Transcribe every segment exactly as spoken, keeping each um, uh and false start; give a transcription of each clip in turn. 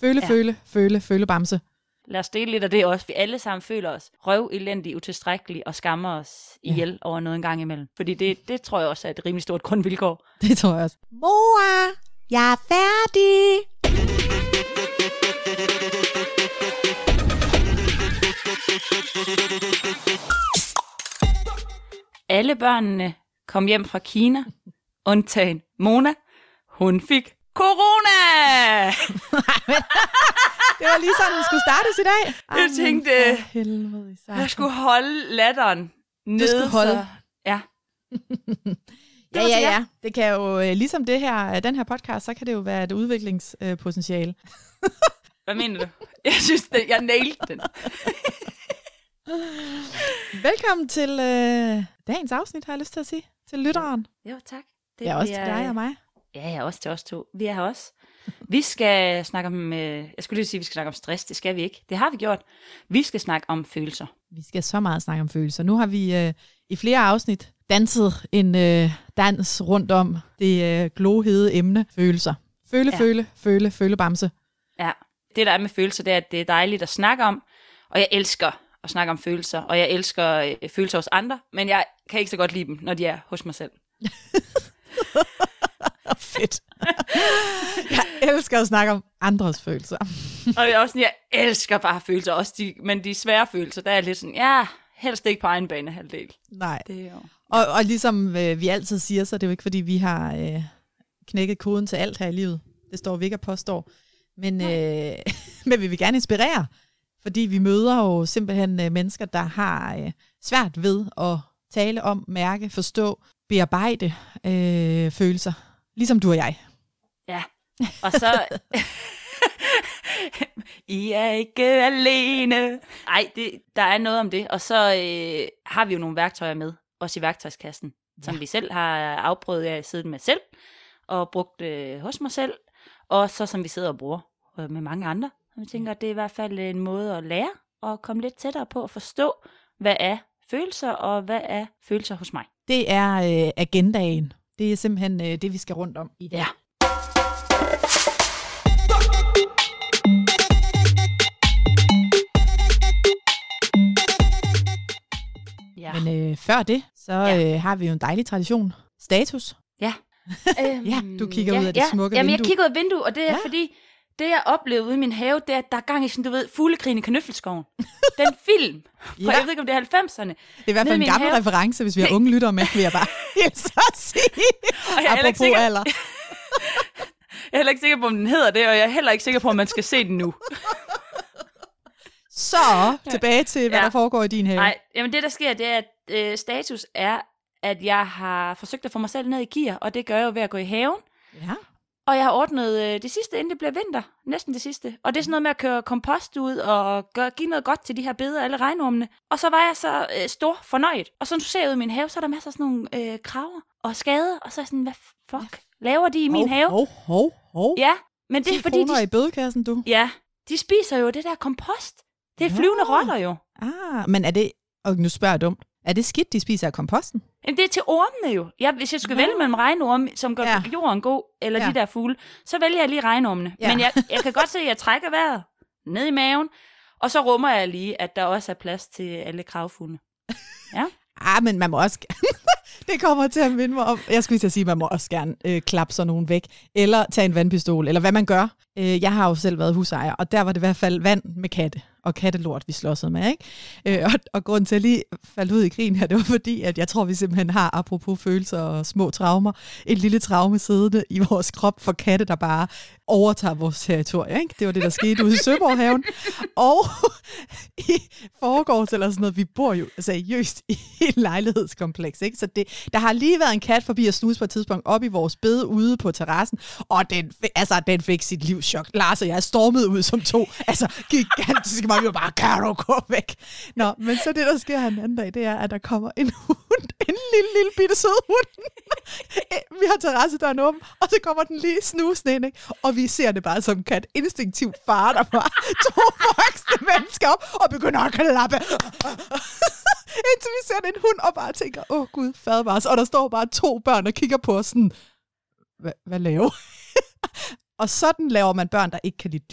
Føle, Ja. føle, føle, føle bamse. Lad os dele lidt af det også. Vi alle sammen føler os røv, elendige, utilstrækkelige og skammer os ihjel ja. over noget en gang imellem. Fordi det, det tror jeg også er et rimelig stort grundvilkår. Det tror jeg også. Mor, jeg er færdig. Alle børnene kom hjem fra Kina, undtagen Mona. Hun fik corona! Det var lige sådan, den skulle startes i dag. Jeg tænkte, helvede, jeg skulle holde latteren nede. Du skulle holde. Så, ja. Ja, ja, ja. Det kan jo, ligesom det her, den her podcast, så kan det jo være et udviklingspotentiale. Hvad mener du? Jeg synes, det, jeg nailed den. Velkommen til øh, dagens afsnit, har jeg lyst til at sige. Til lytteren. Jo, tak. Det er også til dig og mig. Ja, ja, også til os to. Vi er her også. Vi skal snakke om, øh, jeg skulle lige sige, at vi skal snakke om stress. Det skal vi ikke. Det har vi gjort. Vi skal snakke om følelser. Vi skal så meget snakke om følelser. Nu har vi øh, i flere afsnit danset en øh, dans rundt om det øh, glohede emne følelser. Føle, ja. føle, føle, føle bamse. Ja, det der er med følelser, det er, at det er dejligt at snakke om. Og jeg elsker at snakke om følelser. Og jeg elsker øh, følelser hos andre. Men jeg kan ikke så godt lide dem, når de er hos mig selv. Fedt. Jeg elsker at snakke om andres følelser. Og jeg, også, jeg elsker bare følelser, også de, men de svære følelser, der er lidt sådan, ja, helst ikke på egen bane halvdel. Nej. Det er jo... og, og ligesom øh, vi altid siger, så er det jo ikke, fordi vi har øh, knækket koden til alt her i livet. Det står vi ikke og påstår. Men, øh, men vi vil gerne inspirere, fordi vi møder jo simpelthen øh, mennesker, der har øh, svært ved at tale om, mærke, forstå, bearbejde øh, følelser. Ligesom du og jeg. Ja, og så... I er ikke alene. Ej, det, der er noget om det. Og så øh, har vi jo nogle værktøjer med, også i værktøjskassen, som ja. vi selv har afprøvet at sidde med selv, og brugt øh, hos mig selv, og så som vi sidder og bruger øh, med mange andre. Og jeg tænker, at det er i hvert fald en måde at lære, og komme lidt tættere på at forstå, hvad er følelser, og hvad er følelser hos mig. Det er øh, agendaen. Det er simpelthen øh, det, vi skal rundt om i dag. Ja. Ja. Men øh, før det, så ja. øh, har vi jo en dejlig tradition. Status. Ja. øhm, ja, du kigger ja, ud af det ja. smukke Jamen, vindue. jeg kigger ud af vinduet, og det er ja. fordi, det jeg oplevede ude i min have, det er, at der er gang i sådan, du ved, fuglekrigen i Kanøffelskoven. Den film. ja. For jeg ved ikke, om det er halvfemserne. Det er i hvert fald en gammel have. reference, hvis vi har unge lyttere med, vil jeg bare hilse at sige. Og jeg er apropos sikker... alder. Jeg er heller ikke sikker på, om den hedder det, og jeg er heller ikke sikker på, om man skal se den nu. Så, tilbage til, hvad ja. der foregår i din have. Nej, jamen det der sker, det er, at øh, status er, at jeg har forsøgt at få mig selv ned i gear, og det gør jeg jo ved at gå i haven. Ja. Og jeg har ordnet øh, det sidste, inden det bliver vinter. Næsten det sidste. Og det er sådan noget med at køre kompost ud og gøre, give noget godt til de her beder, alle regnormene. Og så var jeg så øh, stor fornøjet. Og så du ser ud i min have, så er der masser af sådan nogle øh, kraver og skader. Og så er jeg sådan, hvad fuck laver de i min hov, have? Hov, hov, hov. Ja, men det er fordi... de... i bødekassen, du. Ja, de spiser jo det der kompost. Det er ja. flyvende rotter jo. Ah, men er det... Og nu spørger jeg dumt. Er det skidt, de spiser af komposten? Jamen, det er til ormene jo. Jeg, hvis jeg skulle ja. vælge mellem regnorme, som gør ja. jorden god, eller ja. de der fugle, så vælger jeg lige regnormene. Ja. Men jeg, jeg kan godt se, at jeg trækker vejret ned i maven, og så rummer jeg lige, at der også er plads til alle kravfuglene. Ja. Ah, men man må også... det kommer til at minde mig om... Jeg skulle lige sige, at man må også gerne øh, klappe sådan nogen væk, eller tage en vandpistol, eller hvad man gør. Øh, jeg har jo selv været husejer, og der var det i hvert fald vand med katte, og kattelort, vi slåsede med, ikke? Øh, og, og grunden til, at jeg lige faldt ud i krigen her, det var fordi, at jeg tror, vi simpelthen har, apropos følelser og små traumer, et lille traume siddende i vores krop for katte, der bare overtager vores territorie, ikke? Det var det, der skete ude i Søborghaven. Og i forgårs eller sådan noget, vi bor jo seriøst i et lejlighedskompleks, ikke? Så det, der har lige været en kat forbi og snuse på et tidspunkt op i vores bed ude på terrassen, og den, altså, den fik sit livschok. Lars og jeg stormede ud som to, altså gigantiske, man jo bare, kan du gå væk? Nå, men så det, der sker her en anden dag, det er, at der kommer en hund, en lille, lille bitte sød hund. Vi har terrassedøren åben, og så kommer den lige snusende ind, ikke? Og vi ser det bare som kat instinktivt far, der bare to voksne mennesker op og begynder at klappe. Indtil vi ser en hund og bare tænker, åh gud, fadbars. Og der står bare to børn og kigger på os sådan, hvad laver? Og sådan laver man børn, der ikke kan lide dyr.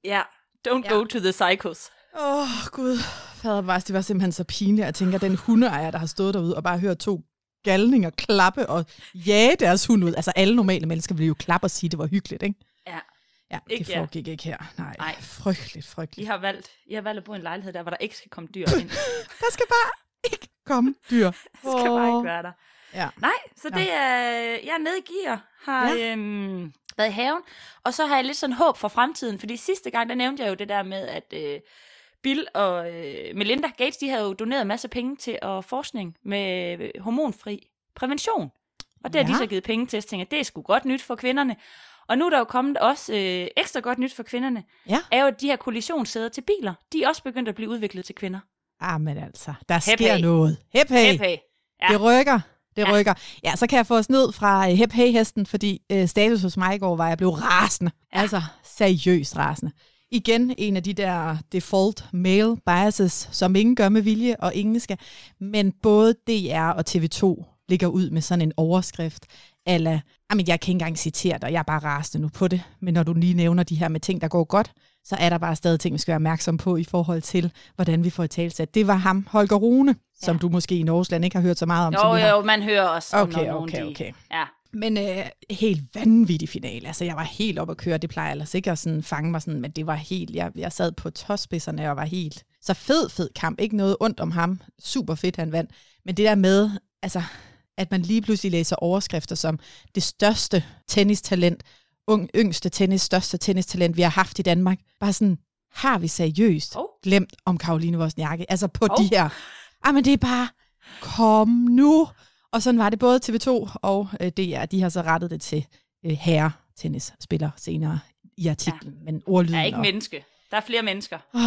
Ja, don't ja. go to the cycles. Åh, oh, gud. Fader var, det var simpelthen så pinligt. Jeg tænker, den hundeejer, der har stået derude og bare hørt to galninger klappe og jage deres hund ud. Altså alle normale mennesker ville jo klappe og sige, det var hyggeligt, ikke? Ja. Ja, ikke, det foregik ja. ikke her. Nej, Nej, frygteligt, frygteligt. I har, valgt, I har valgt at bo i en lejlighed der, hvor der ikke skal komme dyr ind. Der skal bare ikke komme dyr. Det skal oh. bare ikke være der. Ja. Nej, så det ja. er, jeg er nede i gear, har ja. øhm, været i haven, og så har jeg lidt sådan håb for fremtiden, fordi sidste gang, der nævnte jeg jo det der med, at øh, Bill og øh, Melinda Gates, de havde jo doneret en masse penge til at forskning med øh, hormonfri prævention. Og det ja. har de så givet penge til, så tænkte jeg, det er sgu godt nyt for kvinderne. Og nu er der jo kommet også øh, ekstra godt nyt for kvinderne, ja. er jo, at de her kollisionssæder til biler, de er også begyndt at blive udviklet til kvinder. Ah, men altså, der Hep sker hey. noget. Hep hey. Hep hey. Ja. Det rykker. Det ja. rykker. Ja, så kan jeg få os ned fra uh, hep hey hesten, fordi uh, status hos mig i går var, jeg blev rasende. Ja. Altså, seriøst rasende. Igen en af de der default male biases, som ingen gør med vilje, og ingen skal. Men både D R og T V to ligger ud med sådan en overskrift, ala, jamen jeg kan ikke engang citere dig, jeg er bare rasende nu på det, men når du lige nævner de her med ting, der går godt, så er der bare stadig ting, vi skal være opmærksom på i forhold til, hvordan vi får et talsat. Det var ham, Holger Rune, ja. som du måske i Norgesland ikke har hørt så meget om. Jo, som vi har. jo, man hører også om okay, nogen, okay, de... okay. Ja. Men øh, helt vanvittig finale. Altså, jeg var helt op at køre. Det plejer ellers ikke at sådan fange mig sådan, men det var helt... Jeg, jeg sad på tåspidserne og var helt... Så fed, fed kamp. Ikke noget ondt om ham. Super fedt, han vandt. Men det der med, altså, at man lige pludselig læser overskrifter som det største tennistalent, ung, yngste tennis, største tennistalent, vi har haft i Danmark. Bare sådan, har vi seriøst oh. glemt om Caroline Wozniacki? Altså på oh. de her... Ah, men det er bare... Kom nu... Og sådan var det både T V to og øh, D R. De har så rettet det til øh, herre-tennisspiller senere i artiklen. Ja. Men ordlyden... Ja, ikke og... menneske. Der er flere mennesker. Oh,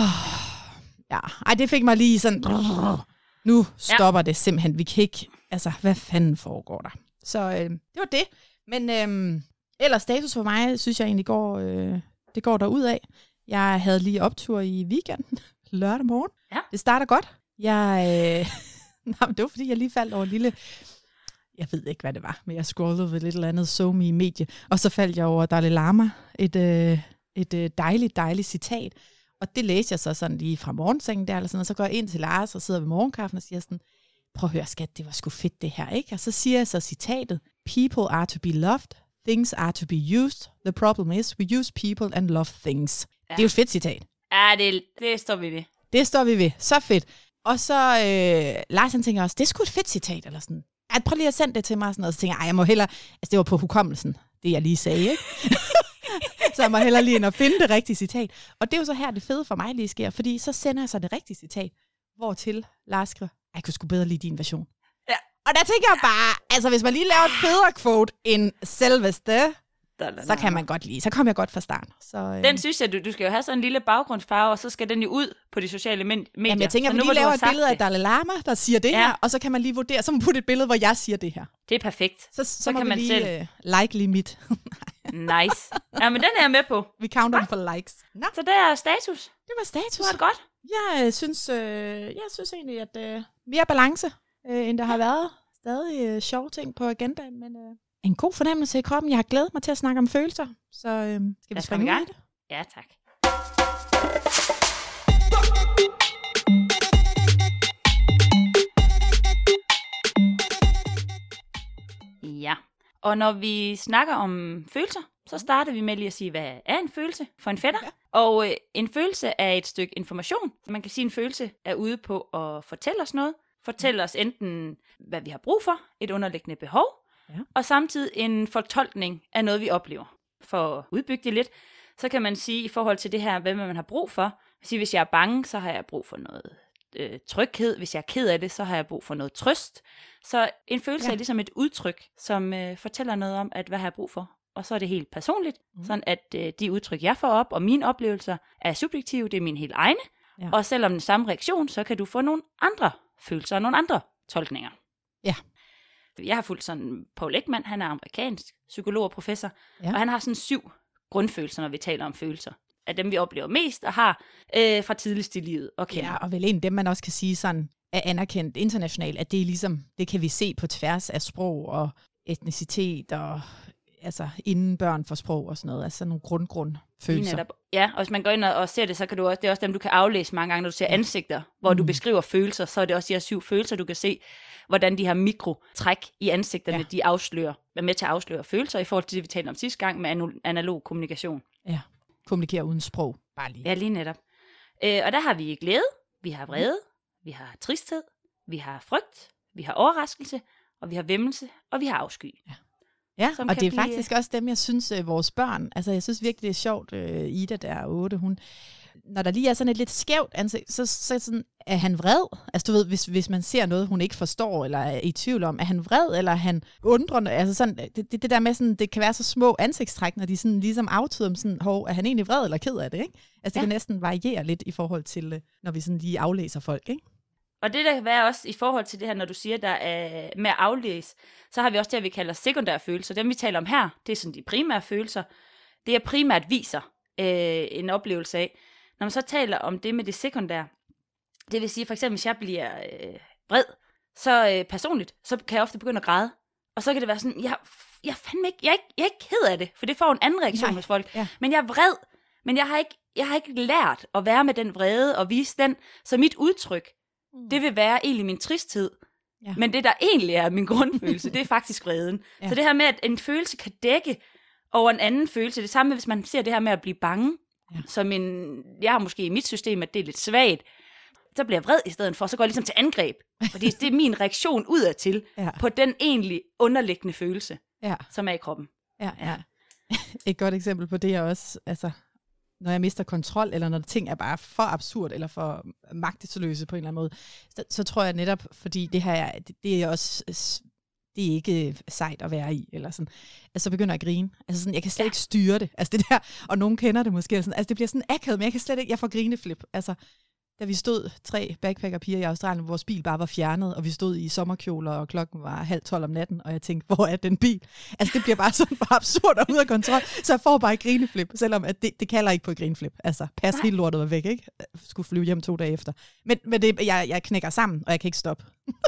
ja, ej, det fik mig lige sådan... Nu stopper ja. det simpelthen. Vi kan ikke... Altså, hvad fanden foregår der? Så øh, det var det. Men øh, ellers status for mig, synes jeg egentlig går... Øh, det går derudad. Jeg havde lige optur i weekenden. Lørdag morgen. Ja. Det starter godt. Jeg... Øh, nej, men det var fordi, jeg lige faldt over en lille... Jeg ved ikke, hvad det var, men jeg scrollede ved lidt eller andet SoMe-medie, og så faldt jeg over Dalai Lama, et, øh, et øh, dejligt, dejligt citat. Og det læste jeg så sådan lige fra morgensengen der, eller sådan, og så går jeg ind til Lars og sidder ved morgenkaffen og siger sådan, prøv at høre skat, det var sgu fedt det her, ikke? Og så siger jeg så citatet, people are to be loved, things are to be used, the problem is we use people and love things. Ja. Det er jo et fedt citat. Ja, det, det står vi ved. Det står vi ved, så fedt. Og så øh, Lars han tænker også, det er sgu et fedt citat, eller sådan. Ej, prøv lige at sende det til mig, sådan noget. Så tænker jeg, jeg må hellere, altså det var på hukommelsen, det jeg lige sagde, ikke? Så jeg må hellere lige ind og finde det rigtige citat. Og det er jo så her, det fede for mig lige sker, fordi så sender jeg så det rigtige citat, hvortil Lars skriver, jeg kunne sgu bedre lide din version. Ja. Og der tænker jeg bare, altså hvis man lige laver et federe quote end selveste, så kan man godt lide. Så kommer jeg godt fra start. Så, øh... Den synes jeg, du, du skal jo have sådan en lille baggrundsfarve, og så skal den jo ud på de sociale medier. Jamen jeg tænker, at vi lige laver et billede af Dalai Lama, der siger det ja. her, og så kan man lige vurdere, så må man putte et billede, hvor jeg siger det her. Det er perfekt. Så, så, så må kan vi man lige selv... uh, like lige mit. Nice. Ja, men den er jeg med på. Vi counter den for likes. Nå. Så det er status. Det var status. Det var det godt. Jeg øh, synes, øh, jeg synes egentlig, at øh, mere balance, øh, end der har været. Stadig øh, sjove ting på agendaen, men... Øh... En god fornemmelse i kroppen. Jeg har glædet mig til at snakke om følelser. Så øhm, skal vi springe ud i det? Ja, tak. Ja, og når vi snakker om følelser, så starter vi med lige at sige, hvad er en følelse for en fætter? Ja. Og øh, en følelse er et stykke information. Man kan sige, at en følelse er ude på at fortælle os noget. Fortælle os enten, hvad vi har brug for, et underliggende behov, ja. Og samtidig en fortolkning af noget, vi oplever. For at udbygge det lidt, så kan man sige i forhold til det her, hvad man har brug for. Hvis jeg er bange, så har jeg brug for noget øh, tryghed. Hvis jeg er ked af det, så har jeg brug for noget trøst. Så en følelse ja. er ligesom et udtryk, som øh, fortæller noget om, at hvad har jeg brug for. Og så er det helt personligt, mm. sådan at øh, de udtryk, jeg får op, og mine oplevelser er subjektive, det er mine helt egne. Ja. Og selvom den samme reaktion, så kan du få nogle andre følelser og nogle andre tolkninger. Ja. Jeg har fulgt sådan Paul Ekman, han er amerikansk psykolog og professor, ja. Og han har sådan syv grundfølelser, når vi taler om følelser. Af dem, vi oplever mest og har øh, fra tidligst i livet og kender. Ja, og vel en af dem, man også kan sige sådan, er anerkendt internationalt, at det er ligesom, det kan vi se på tværs af sprog og etnicitet og altså inden børn får sprog og sådan noget, altså nogle grund-grund-følelser. Ja, og hvis man går ind og ser det, så kan du også, det er også dem, du kan aflæse mange gange, når du ser ansigter, hvor mm. du beskriver følelser, så er det også de her syv følelser, du kan se, hvordan de her mikrotræk i ansigterne, ja. de afslører, er med til at afsløre følelser, i forhold til det, vi talte om sidste gang, med analog kommunikation. Ja, kommunikere uden sprog, bare lige. Ja, lige netop. Øh, og der har vi glæde, vi har vrede, vi har tristhed, vi har frygt, vi har overraskelse, og vi har væmmelse, og vi har afsky. Ja. Ja, og det er blive... faktisk også dem, jeg synes, øh, vores børn, altså jeg synes virkelig, det er sjovt, øh, Ida, der er otte, hun, når der lige er sådan et lidt skævt ansigt, så, så sådan, er han vred? Altså du ved, hvis, hvis man ser noget, hun ikke forstår, eller er i tvivl om, er han vred, eller er han undrende? Altså sådan, det, det, det der med sådan, det kan være så små ansigtstræk, når de sådan ligesom aftyder om sådan, hov, er han egentlig vred eller ked af det, ikke? Altså det ja. kan næsten variere lidt i forhold til, når vi sådan lige aflæser folk, ikke? Og det der kan være også i forhold til det her, når du siger, der er med at aflæse, så har vi også det, vi kalder sekundære følelser. Dem vi taler om her, det er sådan de primære følelser. Det er primært viser øh, en oplevelse af. Når man så taler om det med det sekundære, det vil sige for eksempel, hvis jeg bliver øh, vred, så øh, personligt, så kan jeg ofte begynde at græde. Og så kan det være sådan, jeg, jeg, fandme ikke, jeg, er ikke, jeg er ikke ked af det, for det får en anden reaktion Nej. hos folk. Ja. Men jeg er vred, men jeg har, ikke, jeg har ikke lært at være med den vrede og vise den. Så mit udtryk, det vil være egentlig min tristhed. Ja. Men det, der egentlig er min grundfølelse, det er faktisk vreden. Ja. Så det her med, at en følelse kan dække over en anden følelse, det samme med, hvis man ser det her med at blive bange, ja. som en, jeg har måske i mit system, at det er lidt svagt, så bliver jeg vred i stedet for, så går jeg ligesom til angreb. Fordi det er min reaktion udadtil ja. på den egentlig underliggende følelse, ja. som er i kroppen. Ja, ja. Et godt eksempel på det er også, altså, når jeg mister kontrol, eller når ting er bare for absurd, eller for magtesløse på en eller anden måde, så, så tror jeg netop, fordi det her, det, det er også, det er ikke sejt at være i, eller sådan, altså så begynder jeg at grine. Altså sådan, jeg kan slet ja. ikke styre det. Altså det der, og nogen kender det måske, sådan, altså det bliver sådan akavet, men jeg kan slet ikke, jeg får grineflip. Altså, da vi stod tre backpackerpiger i Australien, hvor vores bil bare var fjernet, og vi stod i sommerkjoler, og klokken var halv tolv om natten, og jeg tænkte, hvor er den bil? Altså det bliver bare sådan for absurd og ude af kontrol, så jeg får bare et grineflip, selvom at det, det kalder ikke på et grineflip. Altså pas hele lortet var væk, ikke? Jeg skulle flyve hjem to dage efter. Men, men det, jeg, jeg knækker sammen, og jeg kan ikke stoppe.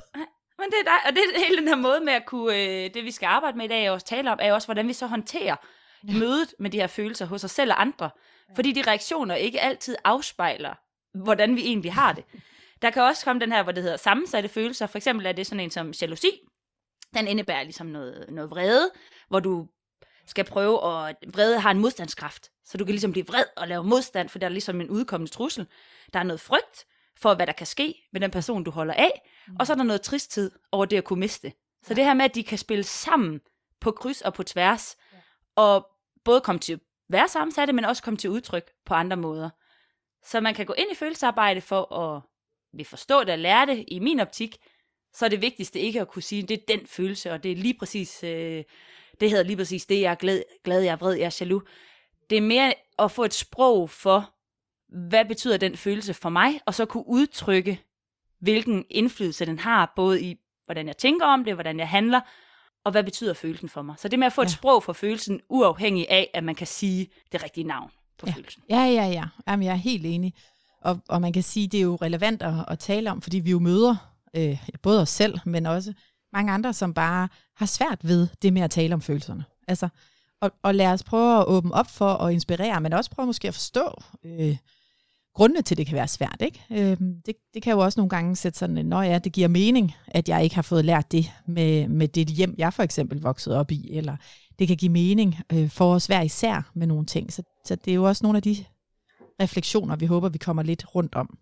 Men det er dig, og det er hele den her måde med at kunne, øh, det vi skal arbejde med i dag, og også tale om, er også, hvordan vi så håndterer ja. mødet med de her følelser hos os selv og andre. Fordi de reaktioner ikke altid afspejler, hvordan vi egentlig har det. Der kan også komme den her, hvor det hedder sammensatte følelser. For eksempel er det sådan en som jalousi. Den indebærer ligesom noget, noget vrede, hvor du skal prøve at... Vrede har en modstandskraft, så du kan ligesom blive vred og lave modstand, for der er ligesom en udkommende trussel. Der er noget frygt for, hvad der kan ske med den person, du holder af. Mm. Og så er der noget tristhed over det at kunne miste. Så det her med, at de kan spille sammen på kryds og på tværs, ja. og både komme til at være sammensatte, men også komme til udtryk på andre måder. Så man kan gå ind i følelsesarbejde for at vi forstå det og lære det. I min optik, så er det vigtigste ikke at kunne sige, det er den følelse, og det er lige præcis, øh, det hedder lige præcis det, jeg er glad, glad, jeg er vred, jeg er jaloux. Det er mere at få et sprog for, hvad betyder den følelse for mig, og så kunne udtrykke, hvilken indflydelse den har, både i, hvordan jeg tænker om det, hvordan jeg handler, og hvad betyder følelsen for mig. Så det med at få ja. et sprog for følelsen, uafhængig af, at man kan sige det rigtige navn på ja. følelsen. Ja, ja, ja. Jamen, jeg er helt enig. Og, og man kan sige, det er jo relevant at, at tale om, fordi vi jo møder øh, både os selv, men også mange andre, som bare har svært ved det med at tale om følelserne. Altså, og, og lad os prøve at åbne op for at inspirere, men også prøve måske at forstå øh, grundene til, det kan være svært. Ikke? Øh, det, det kan jo også nogle gange sætte sådan, nå ja, det giver mening, at jeg ikke har fået lært det med, med det hjem, jeg for eksempel voksede op i, eller det kan give mening øh, for os hver især med nogle ting. Så, så det er jo også nogle af de refleksioner, vi håber, vi kommer lidt rundt om.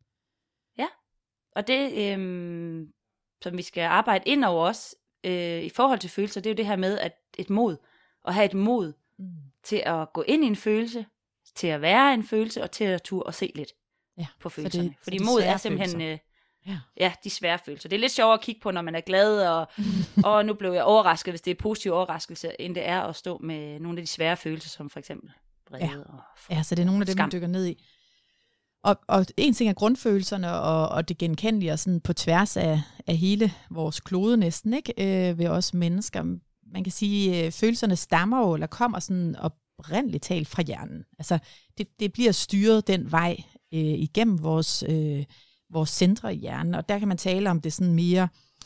Ja, og det, øh, som vi skal arbejde ind over os, øh, i forhold til følelser, det er jo det her med, at et mod, at have et mod mm. til at gå ind i en følelse, til at være en følelse, og til at turde og se lidt ja, på følelserne. Det, fordi mod er simpelthen øh, ja. ja, de svære følelser. Det er lidt sjovere at kigge på, når man er glad, og, og nu blev jeg overrasket, hvis det er positiv overraskelse, end det er at stå med nogle af de svære følelser, som for eksempel vrede ja. og ja, så det er nogle af dem, vi dykker ned i. Og, og en ting er grundfølelserne, og, og det genkendelige, og sådan på tværs af, af hele vores klode næsten, ikke? Øh, ved os mennesker. Man kan sige, at følelserne stammer jo, eller kommer sådan oprindeligt talt fra hjernen. Altså, det, det bliver styret den vej øh, igennem vores, øh, vores centre i hjernen, og der kan man tale om det sådan mere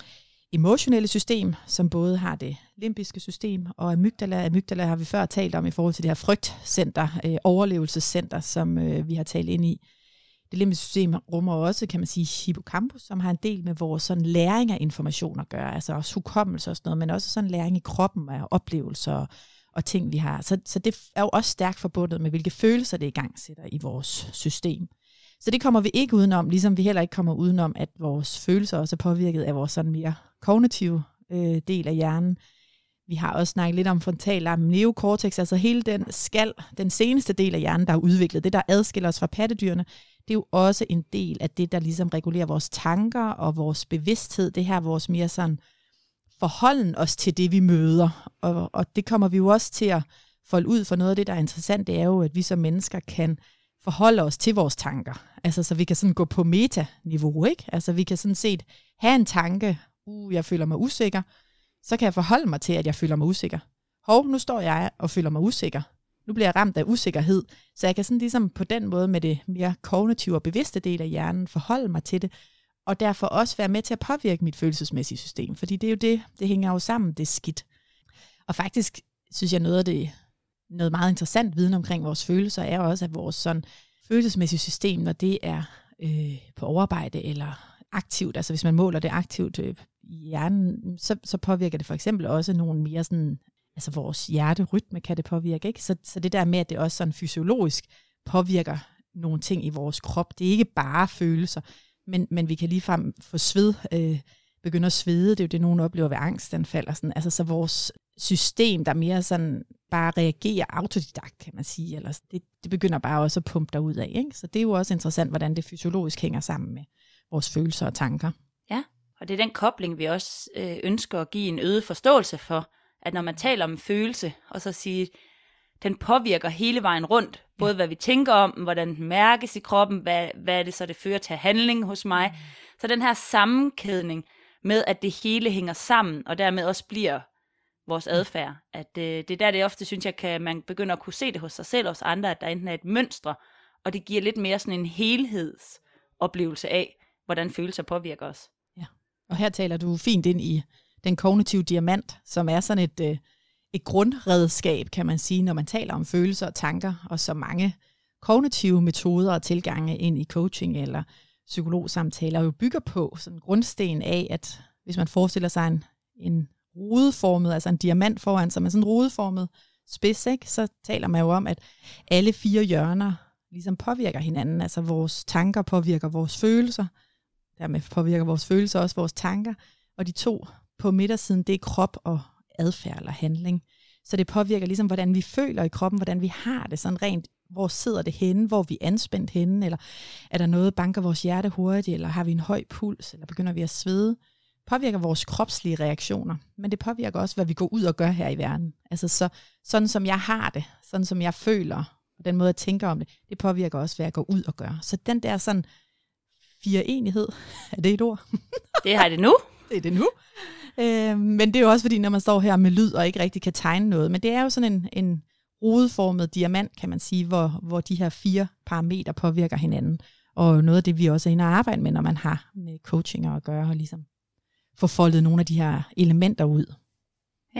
emotionelle system, som både har det limbiske system og amygdala. Amygdala har vi før talt om i forhold til det her frygtcenter, øh, overlevelsescenter, som øh, vi har talt ind i. Det limbiske system rummer også, kan man sige, hippocampus, som har en del med vores sådan læring af information at gøre, altså også hukommelse og sådan noget, men også sådan læring i kroppen af oplevelser og, og ting, vi har. Så, så det er jo også stærkt forbundet med, hvilke følelser det i gang sætter i vores system. Så det kommer vi ikke udenom, ligesom vi heller ikke kommer udenom, at vores følelser også er påvirket af vores sådan mere kognitive øh, del af hjernen. Vi har også snakket lidt om frontallappen, neocortex, altså hele den skal, den seneste del af hjernen, der er udviklet, det der adskiller os fra pattedyrene, det er jo også en del af det, der ligesom regulerer vores tanker og vores bevidsthed, det her vores mere sådan forholden os til det, vi møder. Og, og det kommer vi jo også til at folde ud, for noget af det, der er interessant, det er jo, at vi som mennesker kan forholde os til vores tanker. Altså, så vi kan sådan gå på metaniveau, ikke? Altså, vi kan sådan set have en tanke, uh, jeg føler mig usikker, så kan jeg forholde mig til, at jeg føler mig usikker. Hov, nu står jeg og føler mig usikker. Nu bliver jeg ramt af usikkerhed, så jeg kan sådan ligesom på den måde med det mere kognitive og bevidste del af hjernen forholde mig til det, og derfor også være med til at påvirke mit følelsesmæssige system, fordi det er jo det, det hænger jo sammen, det er skidt. Og faktisk synes jeg noget af det, noget meget interessant viden omkring vores følelser, er også, at vores sådan følelsesmæssige system, når det er øh, på overarbejde eller aktivt, altså hvis man måler det aktivt øh, i hjernen, så, så påvirker det for eksempel også nogle mere sådan, altså vores hjerterytme kan det påvirke, ikke? Så, så det der med, at det også sådan fysiologisk påvirker nogle ting i vores krop, det er ikke bare følelser, men, men vi kan ligefrem få sved, øh, begynde at svede, det er jo det, nogen oplever ved angstanfald og sådan, altså så vores system, der mere sådan bare reagerer autodidakt, kan man sige, eller det, det begynder bare også at pumpe derud af, ikke? Så det er jo også interessant, hvordan det fysiologisk hænger sammen med vores følelser og tanker. Ja, og det er den kobling, vi også øh, ønsker at give en øget forståelse for, at når man taler om følelse, og så sige, den påvirker hele vejen rundt, både hvad vi tænker om, hvordan den mærkes i kroppen, hvad, hvad er det så, det fører til handling hos mig. Mm. Så den her sammenkædning med, at det hele hænger sammen, og dermed også bliver vores adfærd. At øh, det er der, det ofte, synes jeg, kan man begynder at kunne se det hos sig selv og hos andre, at der enten er et mønster, og det giver lidt mere sådan en helhedsoplevelse af, hvordan følelser påvirker os. Ja, og her taler du fint ind i den kognitive diamant, som er sådan et, øh, et grundredskab, kan man sige, når man taler om følelser og tanker, og så mange kognitive metoder og tilgange ind i coaching eller psykologsamtaler jo bygger på sådan en grundsten af, at hvis man forestiller sig en, en rudeformet, altså en diamant foran sig med sådan en rudeformet spids, ikke, så taler man jo om, at alle fire hjørner ligesom påvirker hinanden, altså vores tanker påvirker vores følelser, dermed påvirker vores følelser også vores tanker, og de to på midtersiden, det er krop og adfærd eller handling. Så det påvirker ligesom, hvordan vi føler i kroppen, hvordan vi har det, sådan rent, hvor sidder det henne, hvor vi er anspændt henne, eller er der noget, banker vores hjerte hurtigt, eller har vi en høj puls, eller begynder vi at svede. Påvirker vores kropslige reaktioner, men det påvirker også, hvad vi går ud og gør her i verden. Altså så, sådan som jeg har det, sådan som jeg føler, og den måde jeg tænker om det, det påvirker også, hvad jeg går ud og gør. Så den der sådan fire-enighed, er det et ord? Det har det nu. Det er det nu. Øh, men det er jo også fordi, når man står her med lyd og ikke rigtig kan tegne noget, men det er jo sådan en, en rudeformet diamant, kan man sige, hvor, hvor de her fire parametre påvirker hinanden. Og noget af det, vi også er inde og arbejde med, når man har med coachinger at gøre, og ligesom få foldet nogle af de her elementer ud. Ja,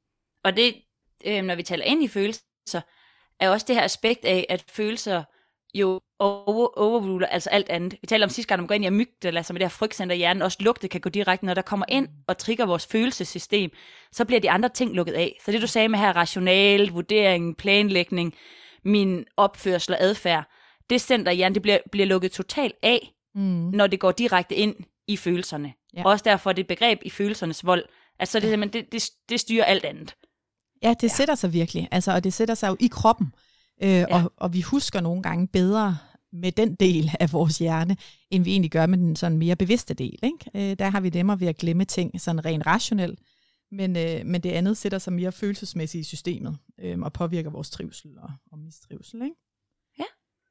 og det, øh, når vi taler ind i følelser, er også det her aspekt af, at følelser jo over, overruler altså alt andet. Vi taler om sidste gang, om at gå ind i amygdala, som er det her frygtcenter i hjernen, også lugte kan gå direkte, når der kommer ind og trigger vores følelsessystem, så bliver de andre ting lukket af. Så det du sagde med her, rationale, vurdering, planlægning, min opførsel og adfærd, det center i hjernen, det bliver, bliver lukket totalt af, mm. når det går direkte ind i følelserne. Ja. Også derfor er det begreb i følelsernes vold, altså det, det, det, det styrer alt andet. Ja, det ja. sætter sig virkelig, altså, og det sætter sig jo i kroppen. Øh, ja. og, og vi husker nogle gange bedre med den del af vores hjerne, end vi egentlig gør med den sådan mere bevidste del. Ikke? Øh, der har vi nemmere ved at glemme ting sådan rent rationelt, men, øh, men det andet sætter sig mere følelsesmæssigt i systemet, øh, og påvirker vores trivsel og, og mistrivsel. Ikke? Ja.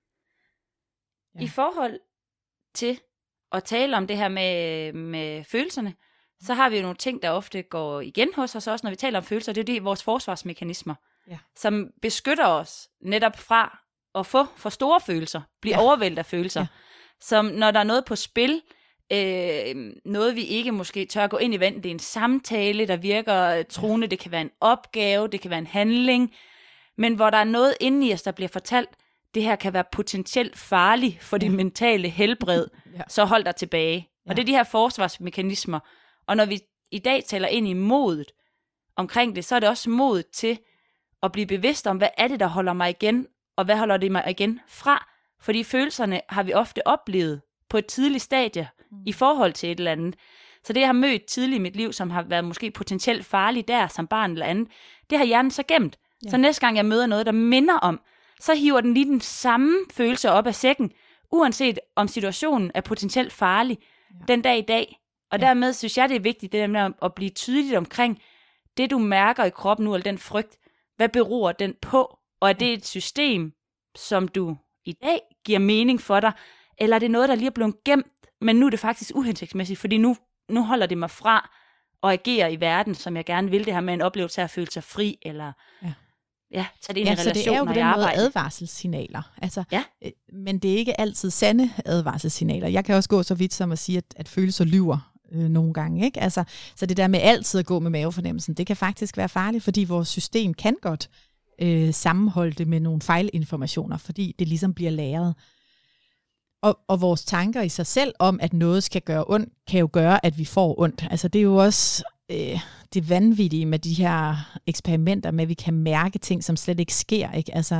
ja. I forhold til at tale om det her med, med følelserne, så har vi jo nogle ting, der ofte går igen hos os også, når vi taler om følelser. Det er jo de vores forsvarsmekanismer, ja. som beskytter os netop fra at få for store følelser, blive ja. overvældet af følelser. Ja. Som når der er noget på spil, øh, noget, vi ikke måske tør gå ind i vand. Det er en samtale, der virker truende. Det kan være en opgave, det kan være en handling, men hvor der er noget inde i os, der bliver fortalt, det her kan være potentielt farligt for ja. dit mentale helbred, ja. så hold dig tilbage. Ja. Og det er de her forsvarsmekanismer. Og når vi i dag taler ind i modet omkring det, så er det også mod til at blive bevidst om, hvad er det, der holder mig igen, og hvad holder det mig igen fra? Fordi følelserne har vi ofte oplevet på et tidligt stadie mm. i forhold til et eller andet. Så det, jeg har mødt tidligt i mit liv, som har været måske potentielt farligt der som barn eller andet, det har hjernen så gemt. Ja. Så næste gang jeg møder noget, der minder om, så hiver den lige den samme følelse op af sækken, uanset om situationen er potentielt farlig ja. den dag i dag. Og ja. dermed synes jeg, det er vigtigt det der med at blive tydeligt omkring det, du mærker i kroppen nu, eller den frygt. Hvad beror den på? Og er det et system, som du i dag giver mening for dig, eller er det noget, der lige er blevet gemt, men nu er det faktisk uhensigtsmæssigt, fordi nu, nu holder det mig fra at agere i verden, som jeg gerne vil, det her med en oplevelse af at føle sig fri, eller ja, ja tage det ind ja, i relationer i arbejde. Ja, så det er jo på den måde advarselssignaler. Altså, ja. øh, men det er ikke altid sande advarselssignaler. Jeg kan også gå så vidt som at sige, at, at følelser lyver øh, nogle gange. Ikke? Altså, så det der med altid at gå med mavefornemmelsen, det kan faktisk være farligt, fordi vores system kan godt øh, sammenholde det med nogle fejlinformationer, fordi det ligesom bliver lagret. Og, og vores tanker i sig selv om, at noget skal gøre ondt, kan jo gøre, at vi får ondt. Altså det er jo også øh, det vanvittige med de her eksperimenter, med at vi kan mærke ting, som slet ikke sker. Ikke? Altså,